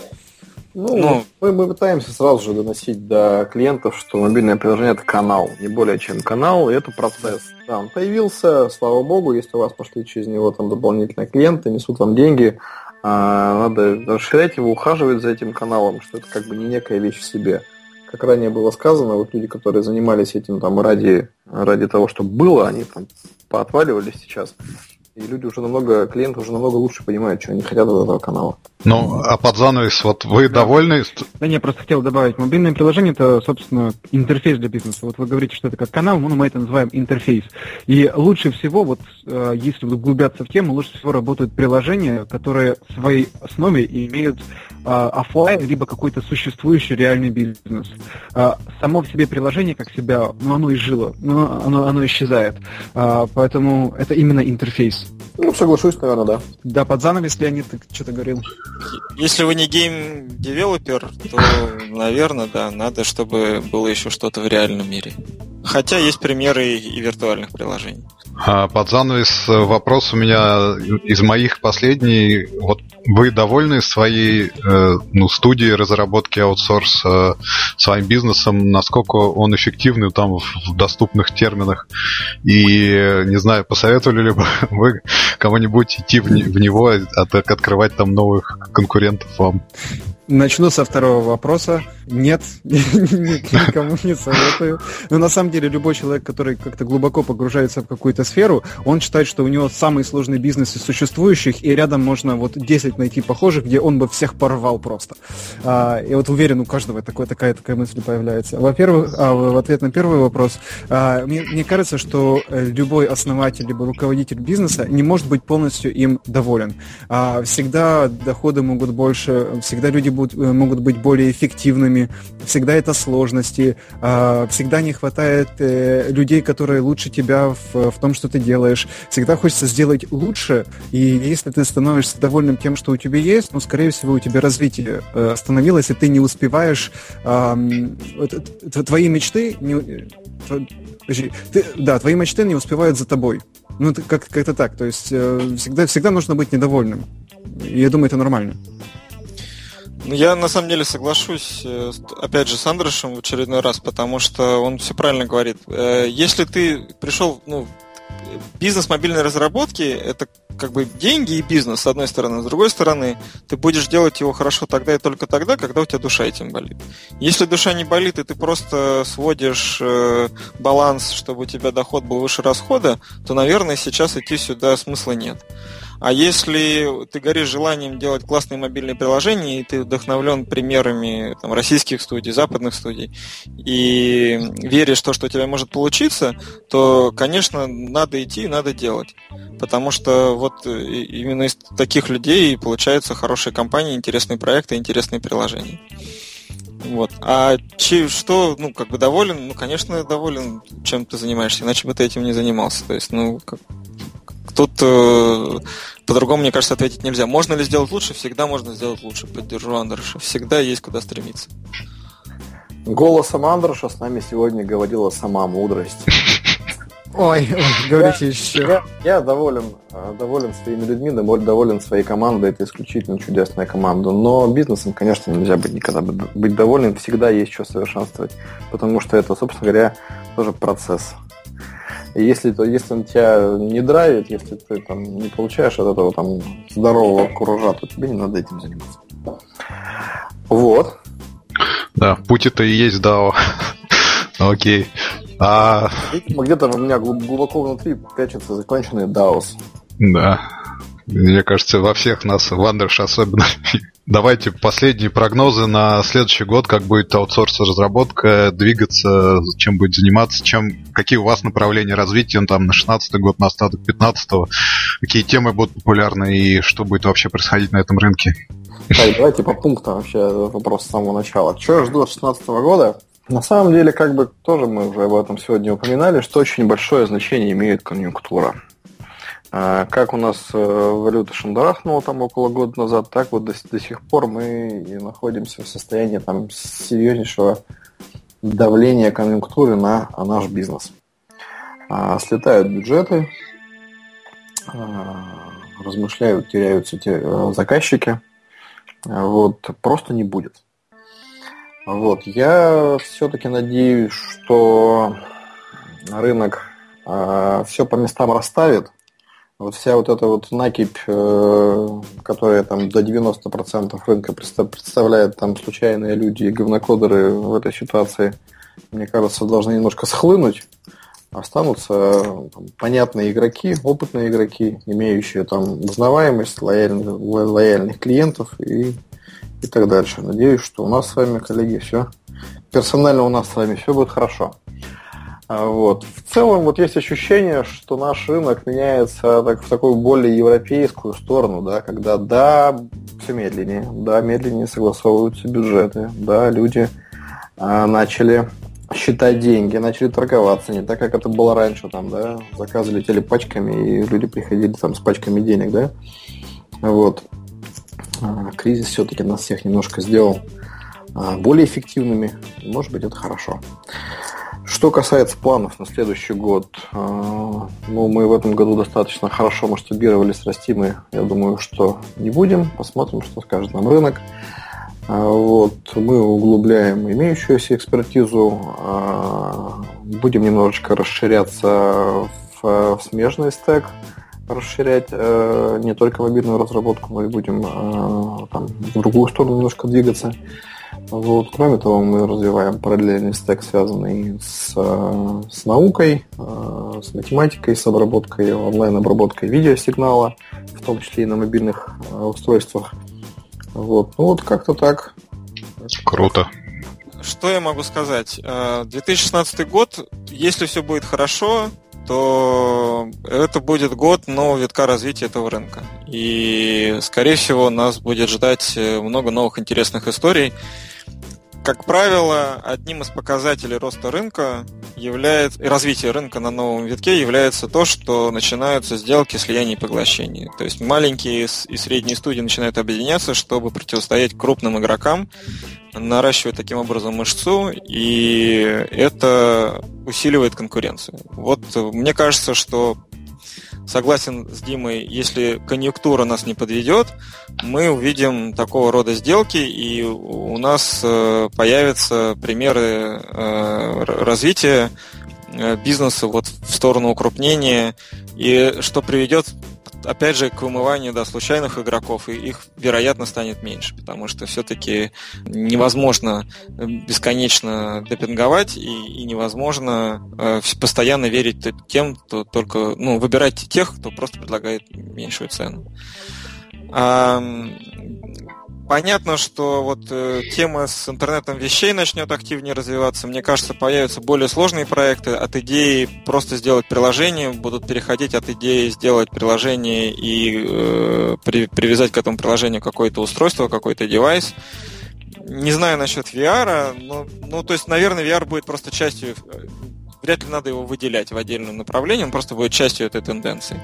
Мы пытаемся сразу же доносить до клиентов, что мобильное приложение – это канал, не более чем канал, и это процесс. Да, он появился, слава богу, если у вас пошли через него дополнительные клиенты, несут вам деньги, надо расширять его, ухаживать за этим каналом, что это не некая вещь в себе. Как ранее было сказано, вот люди, которые занимались этим ради того, чтобы было, они поотваливались сейчас. И люди клиенты уже намного лучше понимают, что они хотят от этого канала. А под занавес, вы довольны? Да, я просто хотел добавить. Мобильное приложение – это, собственно, интерфейс для бизнеса. Вот вы говорите, что это как канал, мы это называем интерфейс. И лучше всего, если углубляться в тему, лучше всего работают приложения, которые в своей основе имеют офлайн, либо какой-то существующий реальный бизнес. Само в себе приложение, как себя, оно изжило, оно исчезает. Поэтому это именно интерфейс. Соглашусь, наверное, да. Да, под занавес, Леонид, ты что-то говорил. Если вы не гейм-девелопер, то, наверное, да, надо, чтобы было еще что-то в реальном мире. Хотя есть примеры и виртуальных приложений. Под занавес вопрос у меня из моих последний. Вот вы довольны своей студией разработки аутсорс, своим бизнесом, насколько он эффективный там в доступных терминах? И, не знаю, посоветовали ли бы вы кому-нибудь идти в него, открывать там новых конкурентов вам? Начну со второго вопроса. Нет, никому не советую. Но на самом деле любой человек, который как-то глубоко погружается в какую-то сферу, он считает, что у него самый сложный бизнес из существующих, и рядом можно вот 10 найти похожих, где он бы всех порвал просто. И вот уверен, у каждого такая мысль появляется. Во-первых, в ответ на первый вопрос, мне кажется, что любой основатель либо руководитель бизнеса не может быть полностью им доволен. Всегда доходы могут больше, всегда люди могут быть более эффективными, всегда это сложности, всегда не хватает людей, которые лучше тебя в том, что ты делаешь. Всегда хочется сделать лучше, и если ты становишься довольным тем, что у тебя есть, скорее всего, у тебя развитие остановилось, и ты не успеваешь... Твои мечты... твои мечты не успевают за тобой. Как-то так. То есть всегда нужно быть недовольным. И я думаю, это нормально. Я на самом деле соглашусь, опять же, с Андрошем в очередной раз, потому что он все правильно говорит. Если ты пришел, бизнес мобильной разработки — это как бы деньги и бизнес, с одной стороны. С другой стороны, ты будешь делать его хорошо тогда и только тогда, когда у тебя душа этим болит. Если душа не болит, и ты просто сводишь баланс, чтобы у тебя доход был выше расхода, то, наверное, сейчас идти сюда смысла нет. А если ты горишь желанием делать классные мобильные приложения, и ты вдохновлен примерами российских студий, западных студий, и веришь в то, что у тебя может получиться, то, конечно, надо идти и надо делать. Потому что вот именно из таких людей получаются хорошие компании, интересные проекты, интересные приложения. Вот. А что, доволен? Конечно, доволен, чем ты занимаешься, иначе бы ты этим не занимался. То есть, тут по-другому, мне кажется, ответить нельзя. Можно ли сделать лучше? Всегда можно сделать лучше. Поддержу Андроша. Всегда есть куда стремиться. Голосом Андроша с нами сегодня говорила сама мудрость. Ой, говорите еще. Я доволен своими людьми, доволен своей командой. Это исключительно чудесная команда. Но бизнесом, конечно, нельзя никогда быть довольным. Всегда есть что совершенствовать. Потому что это, собственно говоря, тоже процесс. И если он тебя не драйвит, если ты не получаешь от этого здорового куража, то тебе не надо этим заниматься. Вот. Да, путь это и есть DAO. Окей. Видимо, где-то у меня глубоко внутри прячется законченный DAOs. Да. Мне кажется, во всех нас, в Андроше особенно. Давайте последние прогнозы на следующий год, как будет аутсорс-разработка двигаться, чем будет заниматься, какие у вас направления развития на 16-й год, на остаток 15-го, какие темы будут популярны и что будет вообще происходить на этом рынке. Так, давайте по пунктам вообще вопрос с самого начала. Что я жду от 2016 года? На самом деле, тоже мы уже об этом сегодня упоминали, что очень большое значение имеет конъюнктура. Как у нас валюта шандарахнула около года назад, так вот до сих пор мы и находимся в состоянии серьезнейшего давления конъюнктуры на наш бизнес. Слетают бюджеты, размышляют, теряются заказчики. Просто не будет. Я все-таки надеюсь, что рынок все по местам расставит. Вся эта накипь, которая до 90% рынка представляет случайные люди и говнокодеры в этой ситуации, мне кажется, должны немножко схлынуть. Останутся понятные игроки, опытные игроки, имеющие узнаваемость, лояльных клиентов и так дальше. Надеюсь, что у нас с вами, коллеги, все персонально у нас с вами все будет хорошо. В целом есть ощущение, что наш рынок меняется в такую более европейскую сторону, когда все медленнее, медленнее согласовываются бюджеты, люди начали считать деньги, начали торговаться, не так, как это было раньше, заказы летели пачками, и люди приходили с пачками денег, Кризис все-таки нас всех немножко сделал более эффективными, может быть, это хорошо. Что касается планов на следующий год, мы в этом году достаточно хорошо масштабировались, расти мы, я думаю, что не будем. Посмотрим, что скажет нам рынок. Мы углубляем имеющуюся экспертизу, будем немножечко расширяться в смежный стек, расширять не только мобильную разработку, но и будем в другую сторону немножко двигаться. Кроме того, мы развиваем параллельный стек, связанный с наукой, с математикой, с обработкой, онлайн-обработкой видеосигнала, в том числе и на мобильных устройствах. Как-то так. Круто. Что я могу сказать? 2016 год, если все будет хорошо, то это будет год нового витка развития этого рынка. И, скорее всего, нас будет ждать много новых интересных историй. Как правило, одним из показателей роста рынка и развития рынка на новом витке является то, что начинаются сделки слияний и поглощений. То есть маленькие и средние студии начинают объединяться, чтобы противостоять крупным игрокам, наращивать таким образом мышцу, и это усиливает конкуренцию. Мне кажется, что согласен с Димой, если конъюнктура нас не подведет, мы увидим такого рода сделки, и у нас появятся примеры развития бизнеса в сторону укрупнения, и что приведет, опять же, к вымыванию случайных игроков, и их, вероятно, станет меньше, потому что все-таки невозможно бесконечно демпинговать, и невозможно постоянно верить тем, кто только... выбирать тех, кто просто предлагает меньшую цену. Понятно, что тема с интернетом вещей начнет активнее развиваться. Мне кажется, появятся более сложные проекты. От идеи просто сделать приложение будут переходить от идеи сделать приложение и привязать к этому приложению какое-то устройство, какой-то девайс. Не знаю насчет VR, то есть, наверное, VR будет просто частью... Вряд ли надо его выделять в отдельном направлении, он просто будет частью этой тенденции.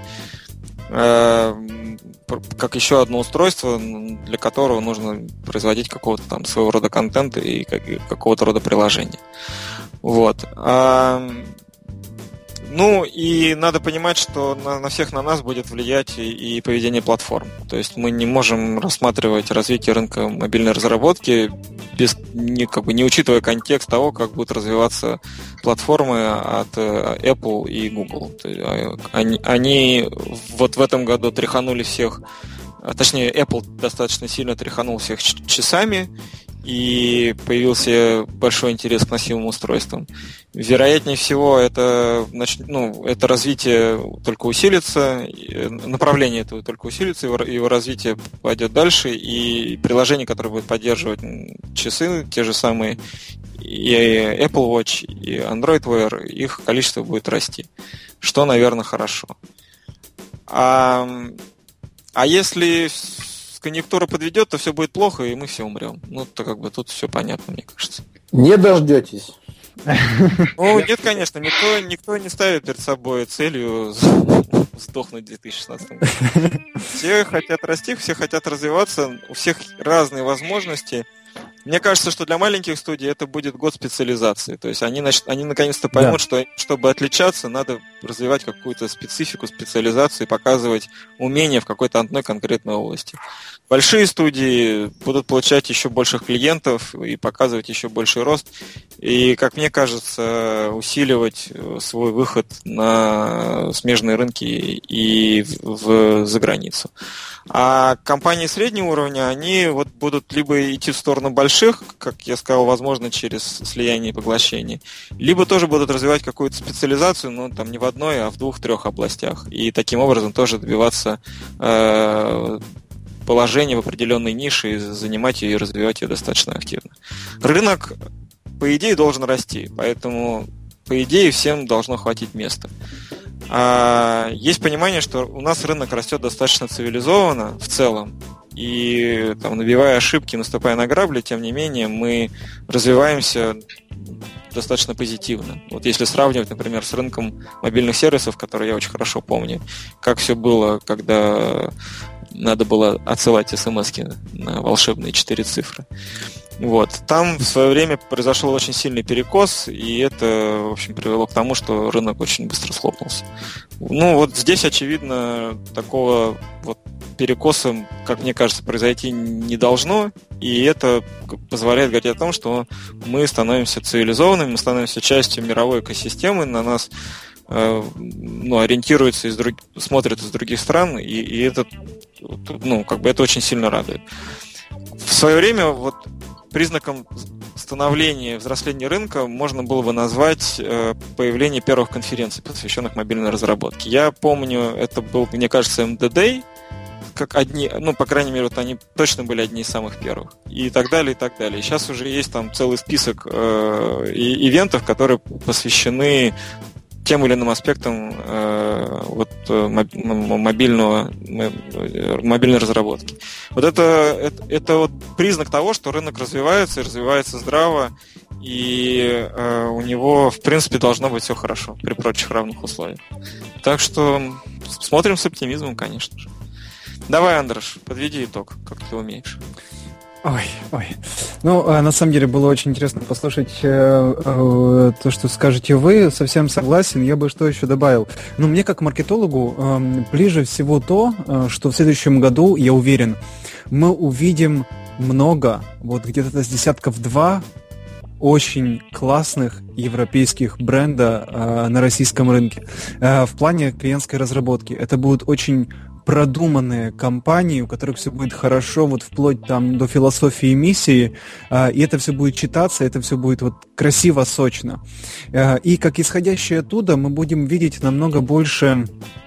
Как еще одно устройство, для которого нужно производить какого-то там своего рода контента и какого-то рода приложения. И надо понимать, что на всех на нас будет влиять и поведение платформ. То есть мы не можем рассматривать развитие рынка мобильной разработки не учитывая контекст того, как будут развиваться платформы от Apple и Google. Они в этом году тряханули всех, точнее, Apple достаточно сильно тряханул всех часами, и появился большой интерес к носимым устройствам. Вероятнее всего, это развитие только усилится, направление этого только усилится, его развитие пойдет дальше, и приложения, которые будут поддерживать часы, те же самые, и Apple Watch, и Android Wear, их количество будет расти, что, наверное, хорошо. А если конъюнктура подведет, то все будет плохо, и мы все умрем. Тут все понятно, мне кажется. Не дождетесь. Нет, конечно, никто не ставит перед собой целью сдохнуть в 2016 году. Все хотят расти, все хотят развиваться, у всех разные возможности. Мне кажется, что для маленьких студий это будет год специализации. То есть они наконец-то поймут, что чтобы отличаться, надо развивать какую-то специфику, специализацию и показывать умения в какой-то одной конкретной области. Большие студии будут получать еще больших клиентов и показывать еще больший рост. И, как мне кажется, усиливать свой выход на смежные рынки и за границу. А компании среднего уровня, они будут либо идти в сторону больших, как я сказал, возможно, через слияние и поглощение, либо тоже будут развивать какую-то специализацию, не в одной, а в 2-3 областях. И таким образом тоже добиваться положения в определенной нише и занимать ее и развивать ее достаточно активно. Рынок, по идее, должен расти, поэтому, по идее, всем должно хватить места. Есть понимание, что у нас рынок растет достаточно цивилизованно в целом, и набивая ошибки, наступая на грабли, тем не менее, мы развиваемся достаточно позитивно. Если сравнивать, например, с рынком мобильных сервисов, который я очень хорошо помню, как все было, когда надо было отсылать смс-ки на волшебные 4 цифры. Вот. Там в свое время произошел очень сильный перекос, и это, в общем, привело к тому, что рынок очень быстро схлопнулся. Ну, вот здесь, очевидно, такого вот перекоса, как мне кажется, произойти не должно, и это позволяет говорить о том, что мы становимся цивилизованными, мы становимся частью мировой экосистемы, на нас ориентируются смотрят из других стран, и это, это очень сильно радует. В свое время вот признаком становления, взросления рынка можно было бы назвать появление первых конференций, посвященных мобильной разработке. Я помню, это был, мне кажется, MD-Day, как одни, по крайней мере, вот они точно были одни из самых первых. И так далее, и так далее. И сейчас уже есть там целый список ивентов, которые посвящены тем или иным аспектам мобильной разработки. Вот это вот признак того, что рынок развивается и развивается здраво, и у него, в принципе, должно быть все хорошо при прочих равных условиях. Так что смотрим с оптимизмом, конечно же. Давай, Андреш, подведи итог, как ты умеешь. Ой. На самом деле было очень интересно послушать то, что скажете вы. Совсем согласен. Я бы что еще добавил. Мне как маркетологу ближе всего то, что в следующем году, я уверен, мы увидим много, вот где-то с десятков 2 очень классных европейских бренда на российском рынке. В плане клиентской разработки это будут очень продуманные компании, у которых все будет хорошо, вот вплоть там до философии и миссии, и это все будет читаться, это все будет вот красиво, сочно. И как исходящее оттуда мы будем видеть намного больше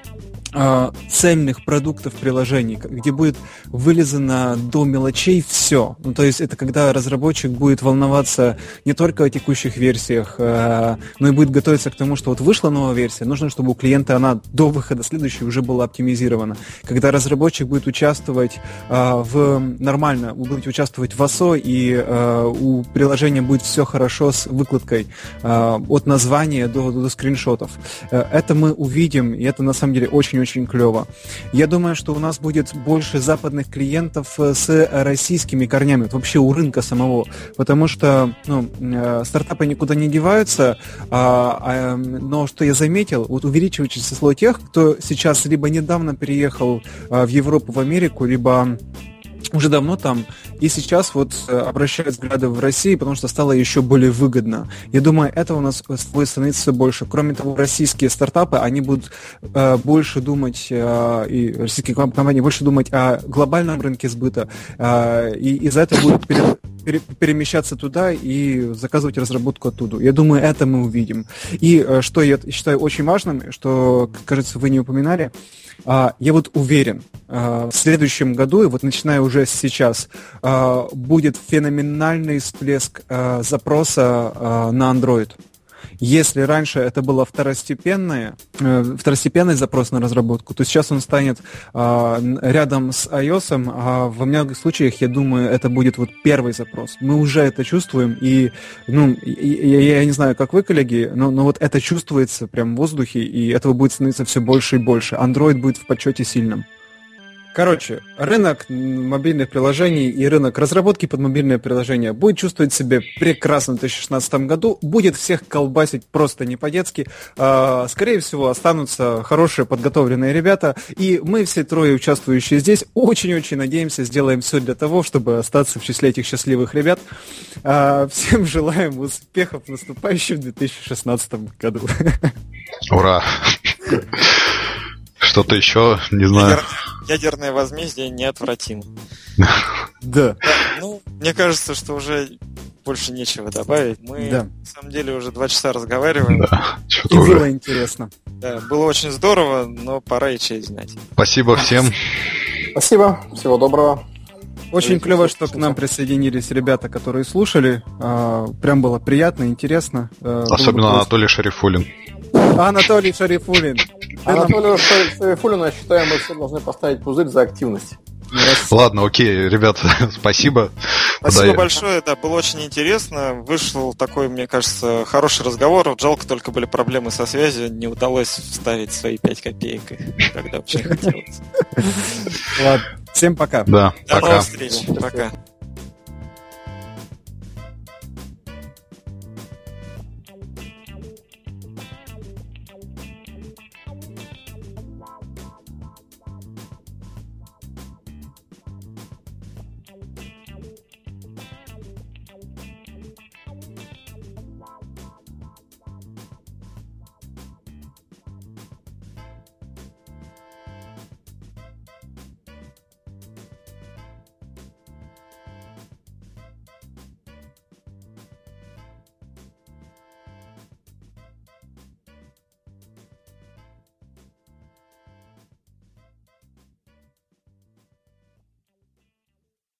цельных продуктов приложений, где будет вылезано до мелочей все. То есть это когда разработчик будет волноваться не только о текущих версиях, но и будет готовиться к тому, что вот вышла новая версия, нужно, чтобы у клиента она до выхода следующей уже была оптимизирована. Когда разработчик будет участвовать будет участвовать в ASO, и у приложения будет все хорошо с выкладкой от названия до скриншотов. Это мы увидим, и это на самом деле очень-очень клево. Я думаю, что у нас будет больше западных клиентов с российскими корнями, вот вообще у рынка самого, потому что стартапы никуда не деваются, но что я заметил, вот увеличивается число тех, кто сейчас либо недавно переехал в Европу, в Америку, либо уже давно там, и сейчас вот обращают взгляды в Россию, потому что стало еще более выгодно. Я думаю, это у нас будет становиться все больше. Кроме того, российские стартапы, они будут больше думать, и российские компании больше думать о глобальном рынке сбыта, и из-за этого будут перемещаться туда и заказывать разработку оттуда. Я думаю, это мы увидим. И что я считаю очень важным, что, кажется, вы не упоминали, я вот уверен, в следующем году, и вот начиная уже сейчас, будет феноменальный всплеск запроса на Android. Если раньше это было второстепенный запрос на разработку, то сейчас он станет рядом с iOS, а во многих случаях, я думаю, это будет вот первый запрос. Мы уже это чувствуем, и я не знаю, как вы, коллеги, но вот это чувствуется прям в воздухе, и этого будет становиться все больше и больше. Android будет в почете сильным. Короче, рынок мобильных приложений и рынок разработки под мобильные приложения будет чувствовать себя прекрасно в 2016 году, будет всех колбасить просто не по-детски. Скорее всего, останутся хорошие подготовленные ребята, и мы все трое участвующие здесь очень-очень надеемся, сделаем все для того, чтобы остаться в числе этих счастливых ребят. Всем желаем успехов в наступающем 2016 году. Ура! Что-то еще, не знаю. Ядерное возмездие неотвратимо. Да. Мне кажется, что уже больше нечего добавить. Мы, на самом деле, уже 2 часа разговариваем. Да, и уже было интересно. Да, было очень здорово, но пора и честь знать. Спасибо всем. Спасибо, всего доброго. Очень клево, что к нам присоединились ребята, которые слушали. Прям было приятно, интересно. Особенно Анатолий Шарифуллин. Анатолий Шарифуллин. Анатолию Шарифуллину, я считаю, мы все должны поставить пузырь за активность. Ладно, окей, ребят, спасибо. Спасибо большое, да, было очень интересно. Вышел такой, мне кажется, хороший разговор. Жалко, только были проблемы со связью, не удалось вставить свои 5 копеек, когда очень хотелось. Ладно, всем пока. Да, пока. До новых встреч, пока.